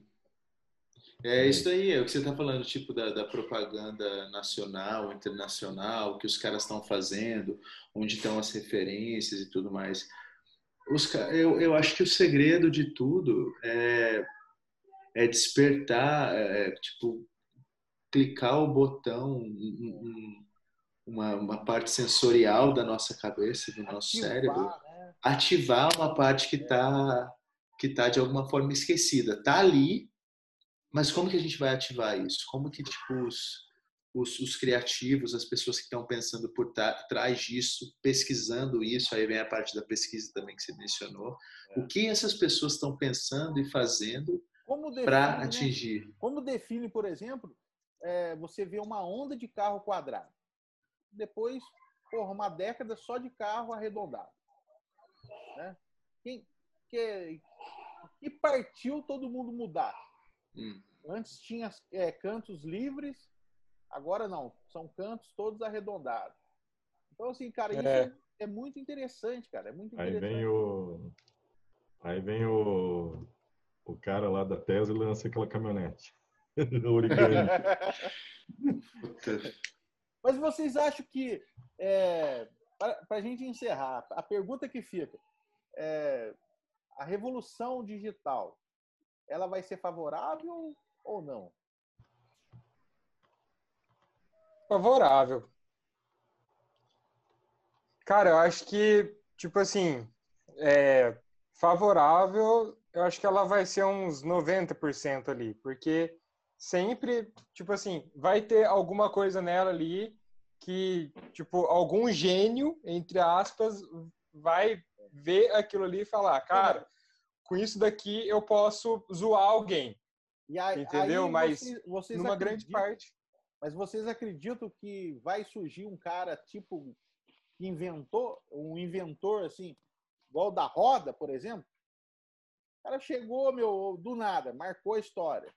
É isso aí, é o que você está falando, tipo da, da propaganda nacional, internacional, que os caras estão fazendo, onde estão as referências e tudo mais. Os, eu, eu acho que o segredo de tudo é, é despertar, é, tipo, clicar o botão, um, um, uma, uma parte sensorial da nossa cabeça, do nosso Ativar, cérebro, né? ativar uma parte que está que tá de alguma forma esquecida. Está ali, mas como que a gente vai ativar isso? Como que tipo, os, os, os criativos, as pessoas que estão pensando por trás disso, pesquisando isso, aí vem a parte da pesquisa também que você mencionou, é. O que essas pessoas estão pensando e fazendo para atingir? Né? Como define, por exemplo, é, você vê uma onda de carro quadrado. Depois, porra, uma década só de carro arredondado. Né? Quem, que, que partiu todo mundo mudar? Hum. Antes tinha é, cantos livres, agora não, são cantos todos arredondados. Então, assim, cara, isso é, é muito interessante, cara. É muito interessante. Aí vem o. Aí vem o. O cara lá da Tesla e lança aquela caminhonete. Origami. Mas vocês acham que, é, para a gente encerrar, a pergunta que fica, é, a revolução digital, ela vai ser favorável ou não? Favorável. Cara, eu acho que, tipo assim, é, favorável, eu acho que ela vai ser uns noventa por cento ali, porque sempre, tipo assim, vai ter alguma coisa nela ali que, tipo, algum gênio, entre aspas, vai ver aquilo ali e falar, cara, com isso daqui eu posso zoar alguém. E aí, entendeu? Aí Mas vocês, vocês numa grande parte. Mas vocês acreditam que vai surgir um cara tipo que inventou, um inventor assim, igual o da roda, por exemplo? O cara chegou, meu, do nada, marcou a história.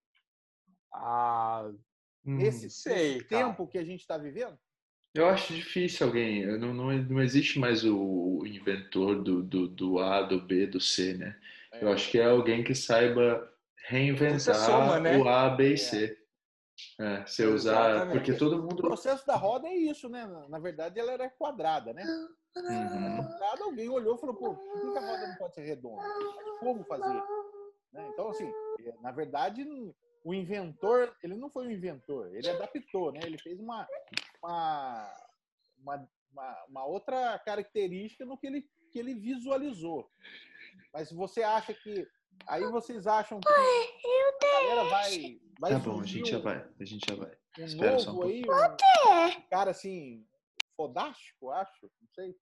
Ah, nesse, sei, nesse cara. tempo que a gente está vivendo? Eu acho difícil alguém. Não, não, não existe mais o inventor do, do, do A, do B, do C, né? É. Eu acho que é alguém que saiba Você soma, reinventar né? o A, B e É. C. É, você usar. Exatamente. Porque todo O mundo. processo da roda é isso, né? Na verdade, ela era quadrada, né? Uhum. Quadrada, alguém olhou e falou, pô, por que a roda não pode ser redonda? Mas como fazer? Né? Então, assim, na verdade, o inventor, ele não foi um inventor, ele adaptou, né? Ele fez uma, uma, uma, uma, uma outra característica no que ele, que ele visualizou. Mas você acha que... Aí vocês acham que a galera vai... vai Tá bom, a gente já um, vai. A gente já vai. um Espera só um novo aí, pouquinho. um cara assim, fodástico, acho, não sei.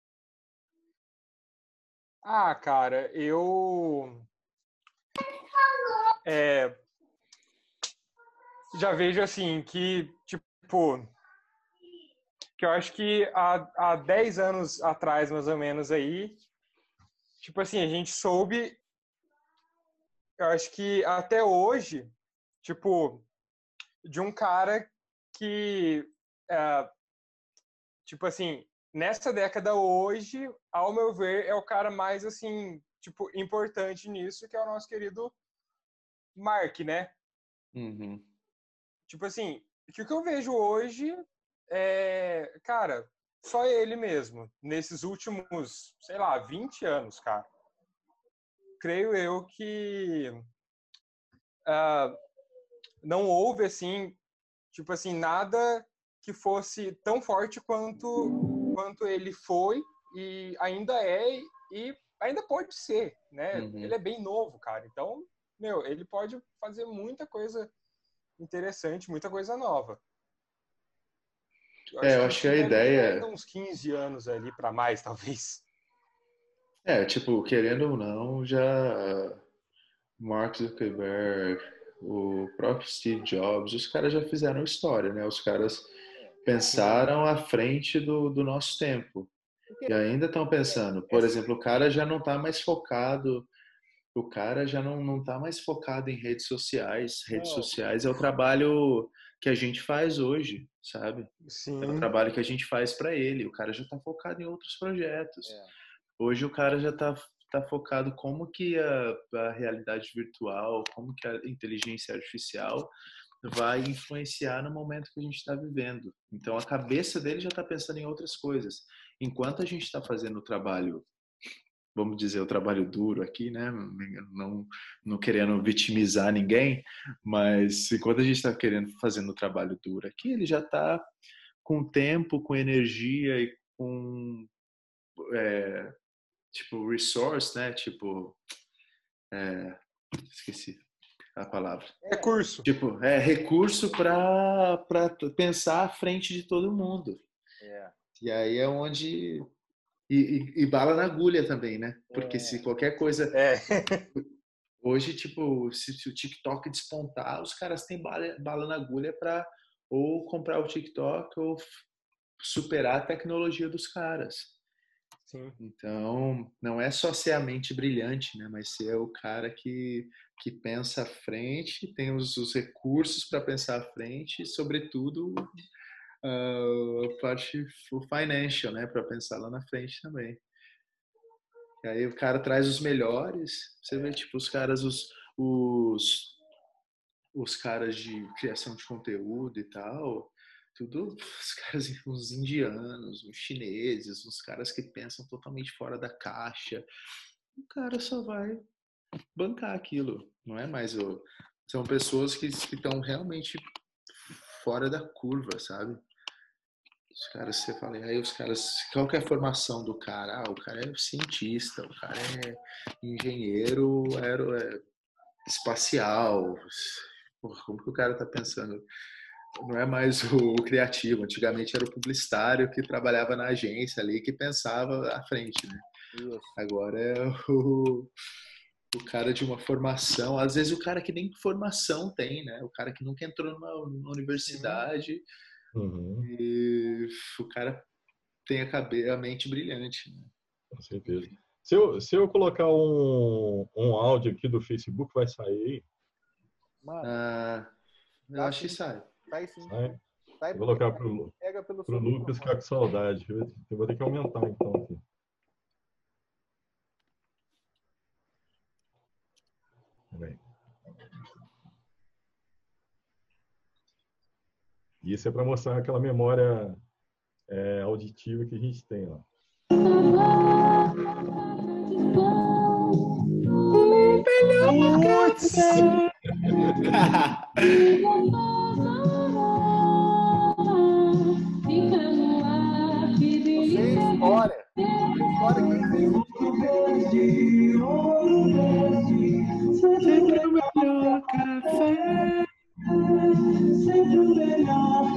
Ah, cara, eu é, já vejo assim que, tipo, que eu acho que há, há dez anos atrás, mais ou menos aí, tipo assim, a gente soube, eu acho que até hoje, tipo, de um cara que, é, tipo assim, nessa década hoje, ao meu ver, é o cara mais, assim, tipo, importante nisso, que é o nosso querido Mark, né? Uhum. Tipo assim, que o que eu vejo hoje é, cara, só ele mesmo, nesses últimos, sei lá, vinte anos, cara. Creio eu que uh, não houve, assim, tipo assim, nada que fosse tão forte quanto, quanto ele foi e ainda é e ainda pode ser, né? Uhum. Ele é bem novo, cara. Então, meu, ele pode fazer muita coisa interessante, muita coisa nova. Eu É, acho eu que acho que isso a deve ter ideia. ainda uns quinze anos ali para mais, talvez. É, tipo, querendo ou não, já. Mark Zuckerberg, o próprio Steve Jobs, os caras já fizeram história, né? Os caras pensaram à frente do, do nosso tempo. E ainda estão pensando. Por exemplo, o cara já não está mais focado, o cara já não não está mais focado em redes sociais. Redes Não. sociais é o trabalho que a gente faz hoje, sabe? É o Sim. trabalho que a gente faz para ele. O cara já está focado em outros projetos. É. Hoje o cara já está tá focado como que a, a realidade virtual, como que a inteligência artificial vai influenciar no momento que a gente está vivendo. Então a cabeça dele já está pensando em outras coisas. Enquanto a gente está fazendo o trabalho, vamos dizer, o trabalho duro aqui, né? Não, não querendo vitimizar ninguém, mas enquanto a gente está querendo fazendo o trabalho duro aqui, ele já está com tempo, com energia e com é, tipo resource, né? Tipo, é, esqueci a palavra. Recurso. Tipo, é recurso para para pensar à frente de todo mundo. É. E aí é onde e, e, e bala na agulha também, né? Porque É. se qualquer coisa É. hoje, tipo, se, se o TikTok despontar, os caras têm bala, bala na agulha para ou comprar o TikTok ou superar a tecnologia dos caras. Sim. Então, não é só ser a mente brilhante, né? Mas ser o cara que, que pensa à frente, tem os, os recursos para pensar à frente e, sobretudo, uh, a parte o financial, né? Para pensar lá na frente também. E aí o cara traz os melhores. Você vê, tipo, os caras, os, os, os caras de criação de conteúdo e tal, tudo os caras, uns indianos, uns chineses, uns caras que pensam totalmente fora da caixa. O cara só vai bancar aquilo, não é mais o... São pessoas que estão realmente fora da curva, sabe? Os caras, você fala, aí os caras, qual que é a formação do cara? Ah, o cara é cientista, o cara é engenheiro aero, é, espacial. Porra, como que o cara tá pensando não é mais o criativo. Antigamente era o publicitário que trabalhava na agência ali, que pensava à frente, né? Isso. Agora é o, o cara de uma formação, às vezes o cara que nem formação tem, né? O cara que nunca entrou numa, numa universidade Uhum. e o cara tem a, cabeça, a mente brilhante, né? Com certeza. Se eu, se eu colocar um, um áudio aqui do Facebook, vai sair? Mano, Ah, eu tá acho que sim. sai. Sai sim. Sai? Sai Vou porque colocar pro, pega pelo pro seu Lucas microfone. ficar com saudade. Eu, eu vou ter que aumentar então aqui. Peraí. Isso é para mostrar aquela memória é, auditiva que a gente tem lá. Putz! Eu sei a história. A história quem fez o Sempre o melhor café. Sempre o melhor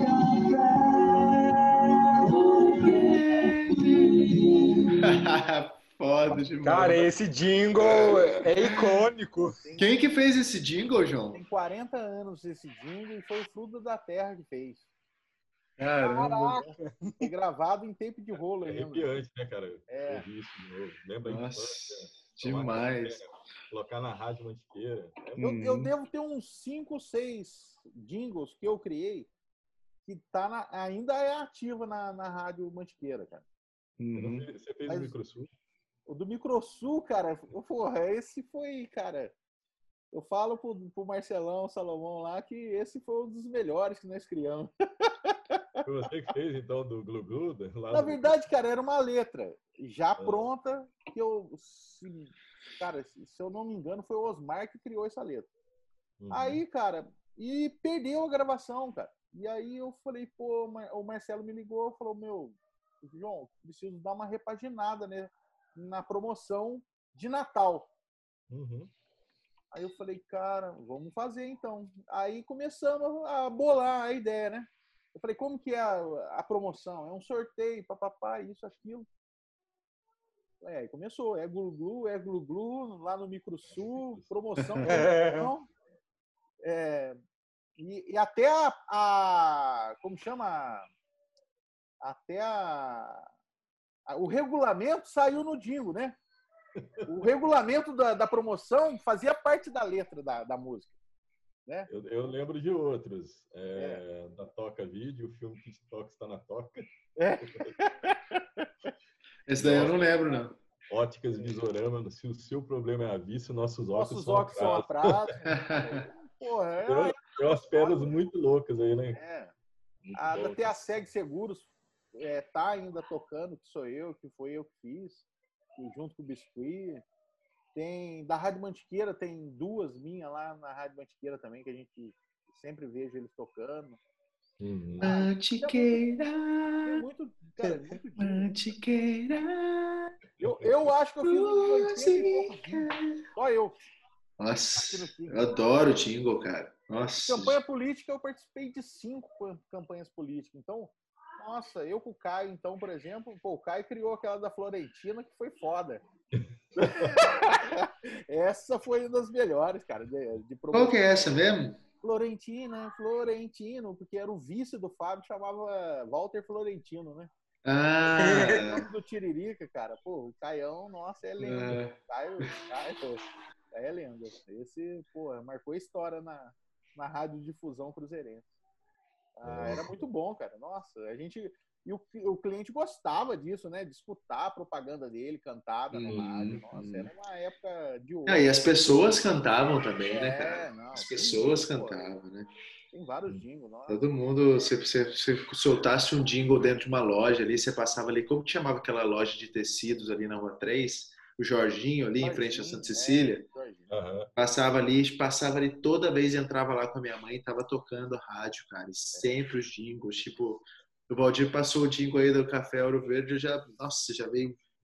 café. Foda demais. Cara, esse jingle é icônico. Quem que fez esse jingle, João? Tem quarenta anos esse jingle e foi o Fruto da Terra que fez. Caramba. Foi gravado em tape de rolo É ainda. arrepiante, né, cara? É. Ouvir isso de novo. Lembra a Nossa, infância? Tomar demais. café, colocar na rádio Mantiqueira. É Eu, Uhum. eu devo ter uns cinco, seis jingles que eu criei que tá na- ainda é ativa na, na rádio Mantiqueira, cara. Uhum. Você fez Mas- o Microsul? O do Microsul, cara, porra, esse foi, cara. Eu falo pro, pro Marcelão Salomão lá que esse foi um dos melhores que nós criamos. Foi você que fez, então, do Glu Glu? Lá Na do- verdade, cara, era uma letra já É. pronta que eu. Se, cara, se se eu não me engano, foi o Osmar que criou essa letra. Uhum. Aí, cara, e perdeu a gravação, cara. E aí eu falei, pô, Mar- o Marcelo me ligou e falou, meu, João, preciso dar uma repaginada, né, na promoção de Natal. Uhum. Aí eu falei, cara, vamos fazer então. Aí começamos a bolar a ideia, né? Eu falei, como que é a, a promoção? É um sorteio, papapá, isso, aquilo. É, aí começou, é glu-glu, é glu-glu, lá no Microsul, promoção, promoção. É, e, e até a, a- como chama? Até a, a- o regulamento saiu no jingle, né? O regulamento da, da promoção fazia parte da letra da, da música. Eu, eu lembro de outros. É, Da Toca Vídeo, o filme que toca está na Toca. É. Esse daí eu não lembro, não. Óticas Visorama, se o seu problema é a vista, nossos óculos Nossos são óculos são a a prazo. Porra, é, Tem, tem umas pedras muito loucas aí, né? é. Muito A da bom. T A S E G Seguros é, tá ainda tocando, que sou eu, que foi eu que fiz, e junto com o Biscuit. Tem, da Rádio Mantiqueira, tem duas minhas lá na Rádio Mantiqueira também, que a gente sempre vejo eles tocando. Uhum. Mantiqueira, Tem muito, cara, muito jingle. Mantiqueira. Eu, eu acho que eu fiz uns oitenta e poucos jingles. Só eu. Nossa, eu adoro o jingle, cara. Nossa. Campanha política, eu participei de cinco campanhas políticas. Então, nossa, eu com o Caio, então, por exemplo, pô, o Caio criou aquela da Florentina, que foi foda. Essa foi uma das melhores, cara, de, de Qual que é essa mesmo? Florentina, Florentino, porque era o vice do Fábio, chamava Walter Florentino, né? Ah, Do Tiririca, cara. Pô, o Caião, nossa, é lenda. é. Caio, Caio, Caio é lenda. Esse, pô, marcou história na, na rádio difusão cruzeirense. Ah, era muito bom, cara. Nossa, a gente... E o, o cliente gostava disso, né? De escutar a propaganda dele cantada no Hum, rádio. Nossa, hum. era uma época de ouro. Ah, e as pessoas cantavam também, né, É, cara? não, As tem- pessoas pô, cantavam, né? Tem vários jingles, nossa. Todo mundo, se você, você soltasse um jingle dentro de uma loja ali, você passava ali, como que chamava aquela loja de tecidos ali na Rua três? O Jorginho ali, em frente a Santa Cecília. É, Jorginho. Aham. Passava ali, passava ali toda vez, entrava lá com a minha mãe e tava tocando rádio, cara. E sempre os jingles, tipo, o Valdir passou o jingle aí do Café Ouro Verde, eu já, nossa, já veio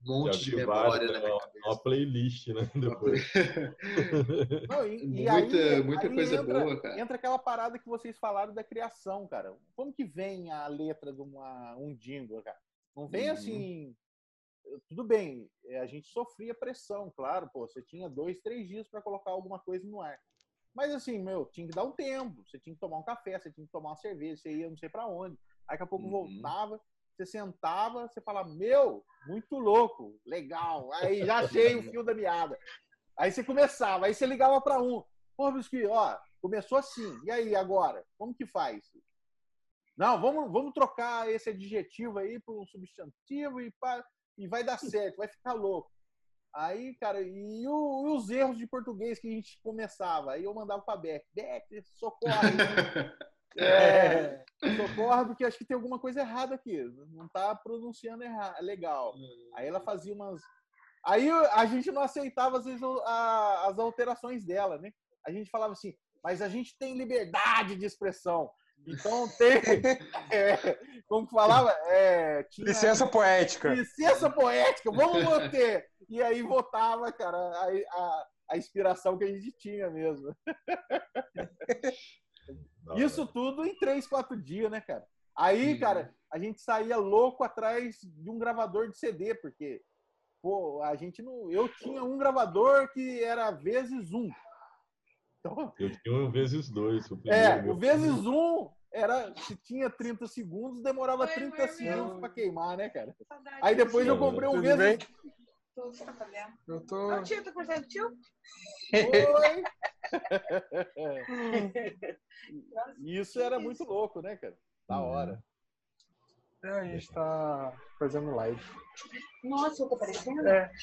um monte Já de vi memória vários, na minha uma, cabeça. uma playlist, né? Depois. Não, e, e Muita, aí, muita aí coisa entra, boa, cara. entra aquela parada que vocês falaram da criação, cara. Como que vem a letra de uma, um jingle, cara? Não vem Uhum. assim... Tudo bem, é, a gente sofria pressão, claro, pô. Você tinha dois, três dias para colocar alguma coisa no ar. Mas assim, meu, tinha que dar um tempo. Você tinha que tomar um café, você tinha que tomar uma cerveja, você ia não sei para onde. Aí daqui a pouco Uhum. voltava, você sentava, você falava, meu, muito louco, legal. Aí já achei o fio da meada. Aí você começava, aí você ligava para um. Pô, Biscuit, ó, começou assim. E aí, agora? Como que faz? Não, vamos, vamos trocar esse adjetivo aí por um substantivo e, pá, e vai dar certo, vai ficar louco. Aí, cara, e, o, e os erros de português que a gente começava? Aí eu mandava pra Beck. Beck, socorre. É, socorre, porque acho que tem alguma coisa errada aqui. Não tá pronunciando errado. Legal. Aí ela fazia umas... Aí a gente não aceitava, às vezes, a, as alterações dela, né? A gente falava assim, mas a gente tem liberdade de expressão. Então tem... É, como que falava? É, tinha, Licença poética. Licença poética, vamos manter. E aí votava, cara, a, a, a inspiração que a gente tinha mesmo. Isso tudo em três, quatro dias, né, cara? Aí, cara, a gente saía louco atrás de um gravador de C D, porque, pô, a gente não... Eu tinha um gravador que era vezes um. Então, Eu tinha um vezes dois. O primeiro é, meu o vezes um era, se tinha trinta segundos, demorava trinta segundos para queimar, né, cara? Aí depois eu comprei um Tudo vezes... bem? Você tá fazendo? Eu tô... Não, tio, tá conversando com o tio? Oi! Isso era muito louco, né, cara? Da hora. É, a gente tá fazendo live. Nossa, eu tô parecendo? É.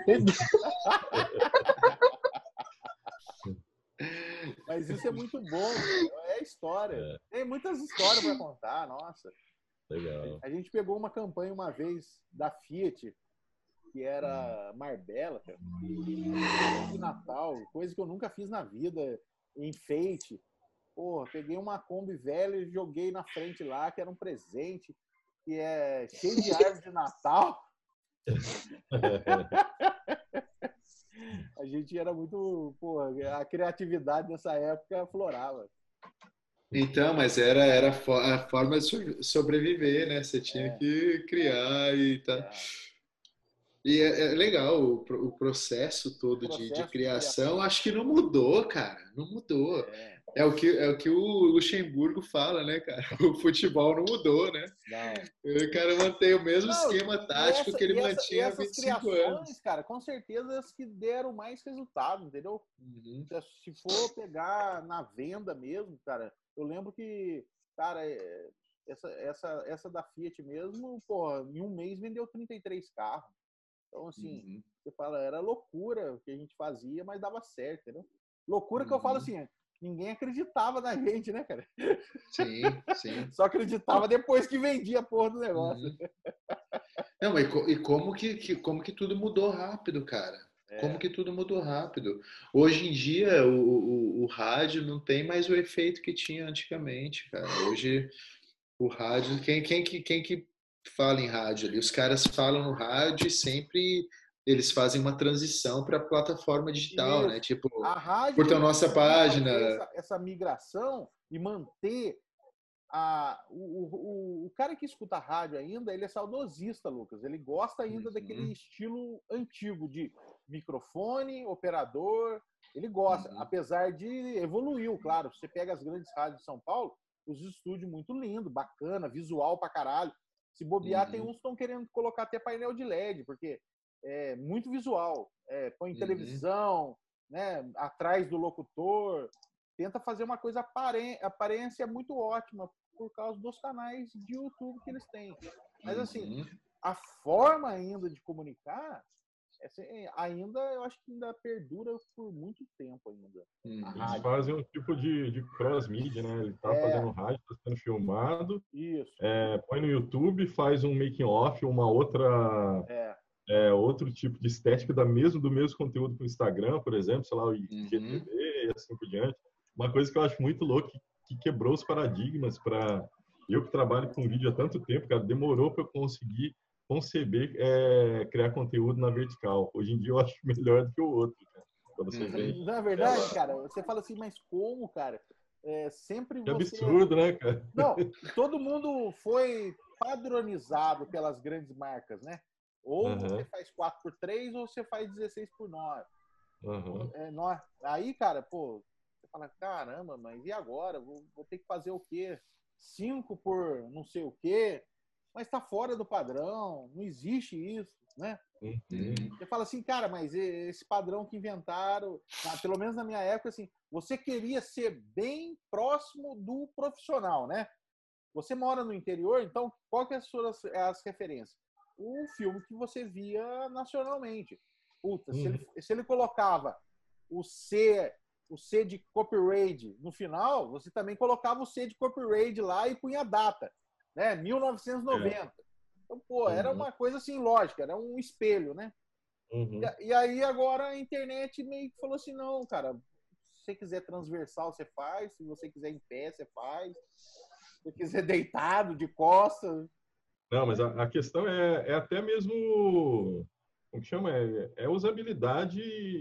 Mas isso é muito bom, cara. É história. É. Tem muitas histórias para contar, nossa. Legal. A gente pegou uma campanha uma vez da Fiat, que era Marbella, cara. De Natal, coisa que eu nunca fiz na vida, enfeite. Porra, peguei uma Kombi velha e joguei na frente lá, que era um presente, que é cheio de árvore de Natal. A gente era muito... Porra, a criatividade nessa época aflorava. Então, mas era, era a forma de sobreviver, né? Você tinha É. que criar e tal. É. E é, é legal o, o processo todo O processo de, de de criação. criação. Acho que não mudou, cara. Não mudou. É. É o que, é o que o Luxemburgo fala, né, cara? O futebol não mudou, né? Não. O cara mantém o mesmo Não, esquema e tático essa- que ele e essa- e mantinha há essas vinte e cinco criações, anos. cara, com certeza as que deram mais resultado, entendeu? Uhum. Se for pegar na venda mesmo, cara, eu lembro que, cara, é, essa, essa, essa da Fiat mesmo, pô, em um mês vendeu trinta e três carros. Então, assim, Uhum. você fala, era loucura o que a gente fazia, mas dava certo, entendeu? Loucura que eu falo Uhum. assim, ninguém acreditava na gente, né, cara? Sim, sim. Só acreditava depois que vendia a porra do negócio. Uhum. Não, e, co- e como que, que- como que tudo mudou rápido, cara? É. Como que tudo mudou rápido? Hoje em dia, o, o, o rádio não tem mais o efeito que tinha antigamente, cara. Hoje, o rádio... Quem, quem, que, quem que fala em rádio ali? Os caras falam no rádio e sempre eles fazem uma transição para a plataforma digital, né? Isso. Tipo, A rádio curtam a nossa conseguiu fazer página. Essa, essa migração e manter a, o, o, o cara que escuta a rádio ainda, ele é saudosista, Lucas. Ele gosta ainda Uhum. daquele estilo antigo de microfone, operador. Ele gosta, Uhum. apesar de evoluiu, claro. Você pega as grandes rádios de São Paulo, os estúdios muito lindo, bacana, visual pra caralho. Se bobear, Uhum. tem uns que estão querendo colocar até painel de L E D, porque é muito visual. É, põe Uhum. televisão, né, atrás do locutor. Tenta fazer uma coisa aparen- aparência muito ótima por causa dos canais de YouTube que eles têm. Mas assim, Uhum. a forma ainda de comunicar, assim, ainda eu acho que ainda perdura por muito tempo ainda. Uhum. A Eles rádio. fazem um tipo de, de cross-mídia, né? Ele tá É. fazendo rádio, tá sendo filmado, Isso. é, põe no YouTube, faz um making-off, uma outra, É. é, outro tipo de estética da mesmo, do mesmo conteúdo para o Instagram, por exemplo, sei lá, o I G T V Uhum. e assim por diante. Uma coisa que eu acho muito louca, que, que quebrou os paradigmas para... Eu que trabalho com vídeo há tanto tempo, cara, demorou para eu conseguir conceber, é, criar conteúdo na vertical. Hoje em dia eu acho melhor do que o outro, cara. Pra você ver. Na verdade, cara, você fala assim, mas como, cara? É, sempre Que você... absurdo, né, cara? Não, todo mundo foi padronizado pelas grandes marcas, né? Ou Aham. você faz quatro por três ou você faz dezesseis por nove. Aham. É, nó- aí, cara, pô, você fala, caramba, mas e agora? Vou, vou ter que fazer o quê? Cinco por não sei o quê? Mas tá fora do padrão, não existe isso, né? Uhum. Você fala assim, cara, mas e- esse padrão que inventaram, ah, pelo menos na minha época, assim, você queria ser bem próximo do profissional, né? Você mora no interior, então qual que é as suas as referências? O filme que você via nacionalmente. Puta, se, Uhum. ele, se ele colocava o C, o C de copyright no final, você também colocava o C de copyright lá e punha a data, né? mil novecentos e noventa. Então, pô, era Uhum. uma coisa assim lógica, era um espelho, né? Uhum. E, e aí agora a internet meio que falou assim, não, cara, se você quiser transversal, você faz, se você quiser em pé, você faz, se você quiser deitado, de costas. Não, mas a, a questão é, é até mesmo, como que chama? É, é usabilidade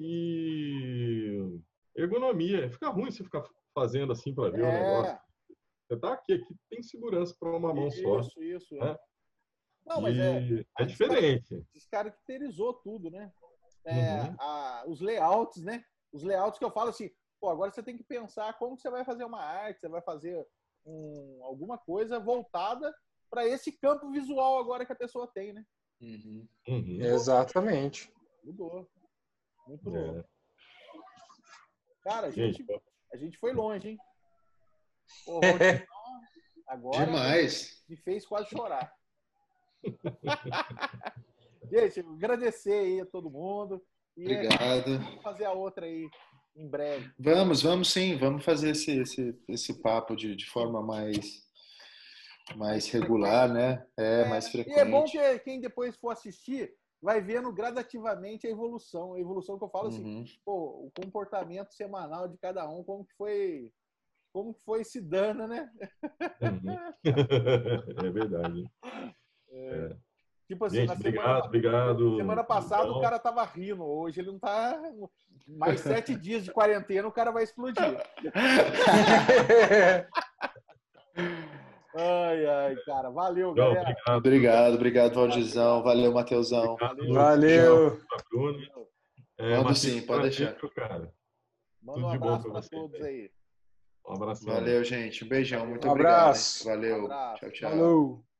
e ergonomia. Fica ruim você ficar fazendo assim para ver o negócio. É, Você tá aqui, aqui tem segurança para uma mão só, isso, isso. né? Não, mas é, E é aí diferente. descaracterizou tudo, né? É, Uhum. a, os layouts, né? Os layouts que eu falo assim, pô, agora você tem que pensar como que você vai fazer uma arte, você vai fazer um, alguma coisa voltada para esse campo visual agora que a pessoa tem, né? Uhum. Uhum. Exatamente. Mudou. Muito É. louco. Cara, a Gente, gente, a gente foi longe, hein? Pô, Valdir, agora Demais. me fez quase chorar. Gente, agradecer aí a todo mundo. E é, Obrigado. vamos fazer a outra aí em breve. Vamos, vamos sim, vamos fazer esse, esse, esse papo de, de forma mais, mais regular, né? É, mais E é bom frequente. que quem depois for assistir vai vendo gradativamente a evolução. A evolução que eu falo assim, Uhum. pô, o comportamento semanal de cada um, como que foi, como que foi se dando, né? Uhum. É verdade. É. Tipo assim, Gente, na semana, obrigado, obrigado. semana passada o Então, cara tava rindo, hoje ele não tá. Mais sete dias de quarentena o cara vai explodir. Ai, ai, cara. Valeu, João, galera. obrigado. Obrigado, obrigado, Valdirzão. Valeu, Mateusão. Obrigado, Valeu. João, Bruno. É, Mando Matheus, sim, pode prazer, deixar. meu cara. Manda Tudo um de bom abraço para para você. todos aí. Um abração. Valeu, gente. Um beijão. Valeu. Muito Um obrigado. hein? abraço. Valeu. Um abraço. Tchau, tchau. Falou.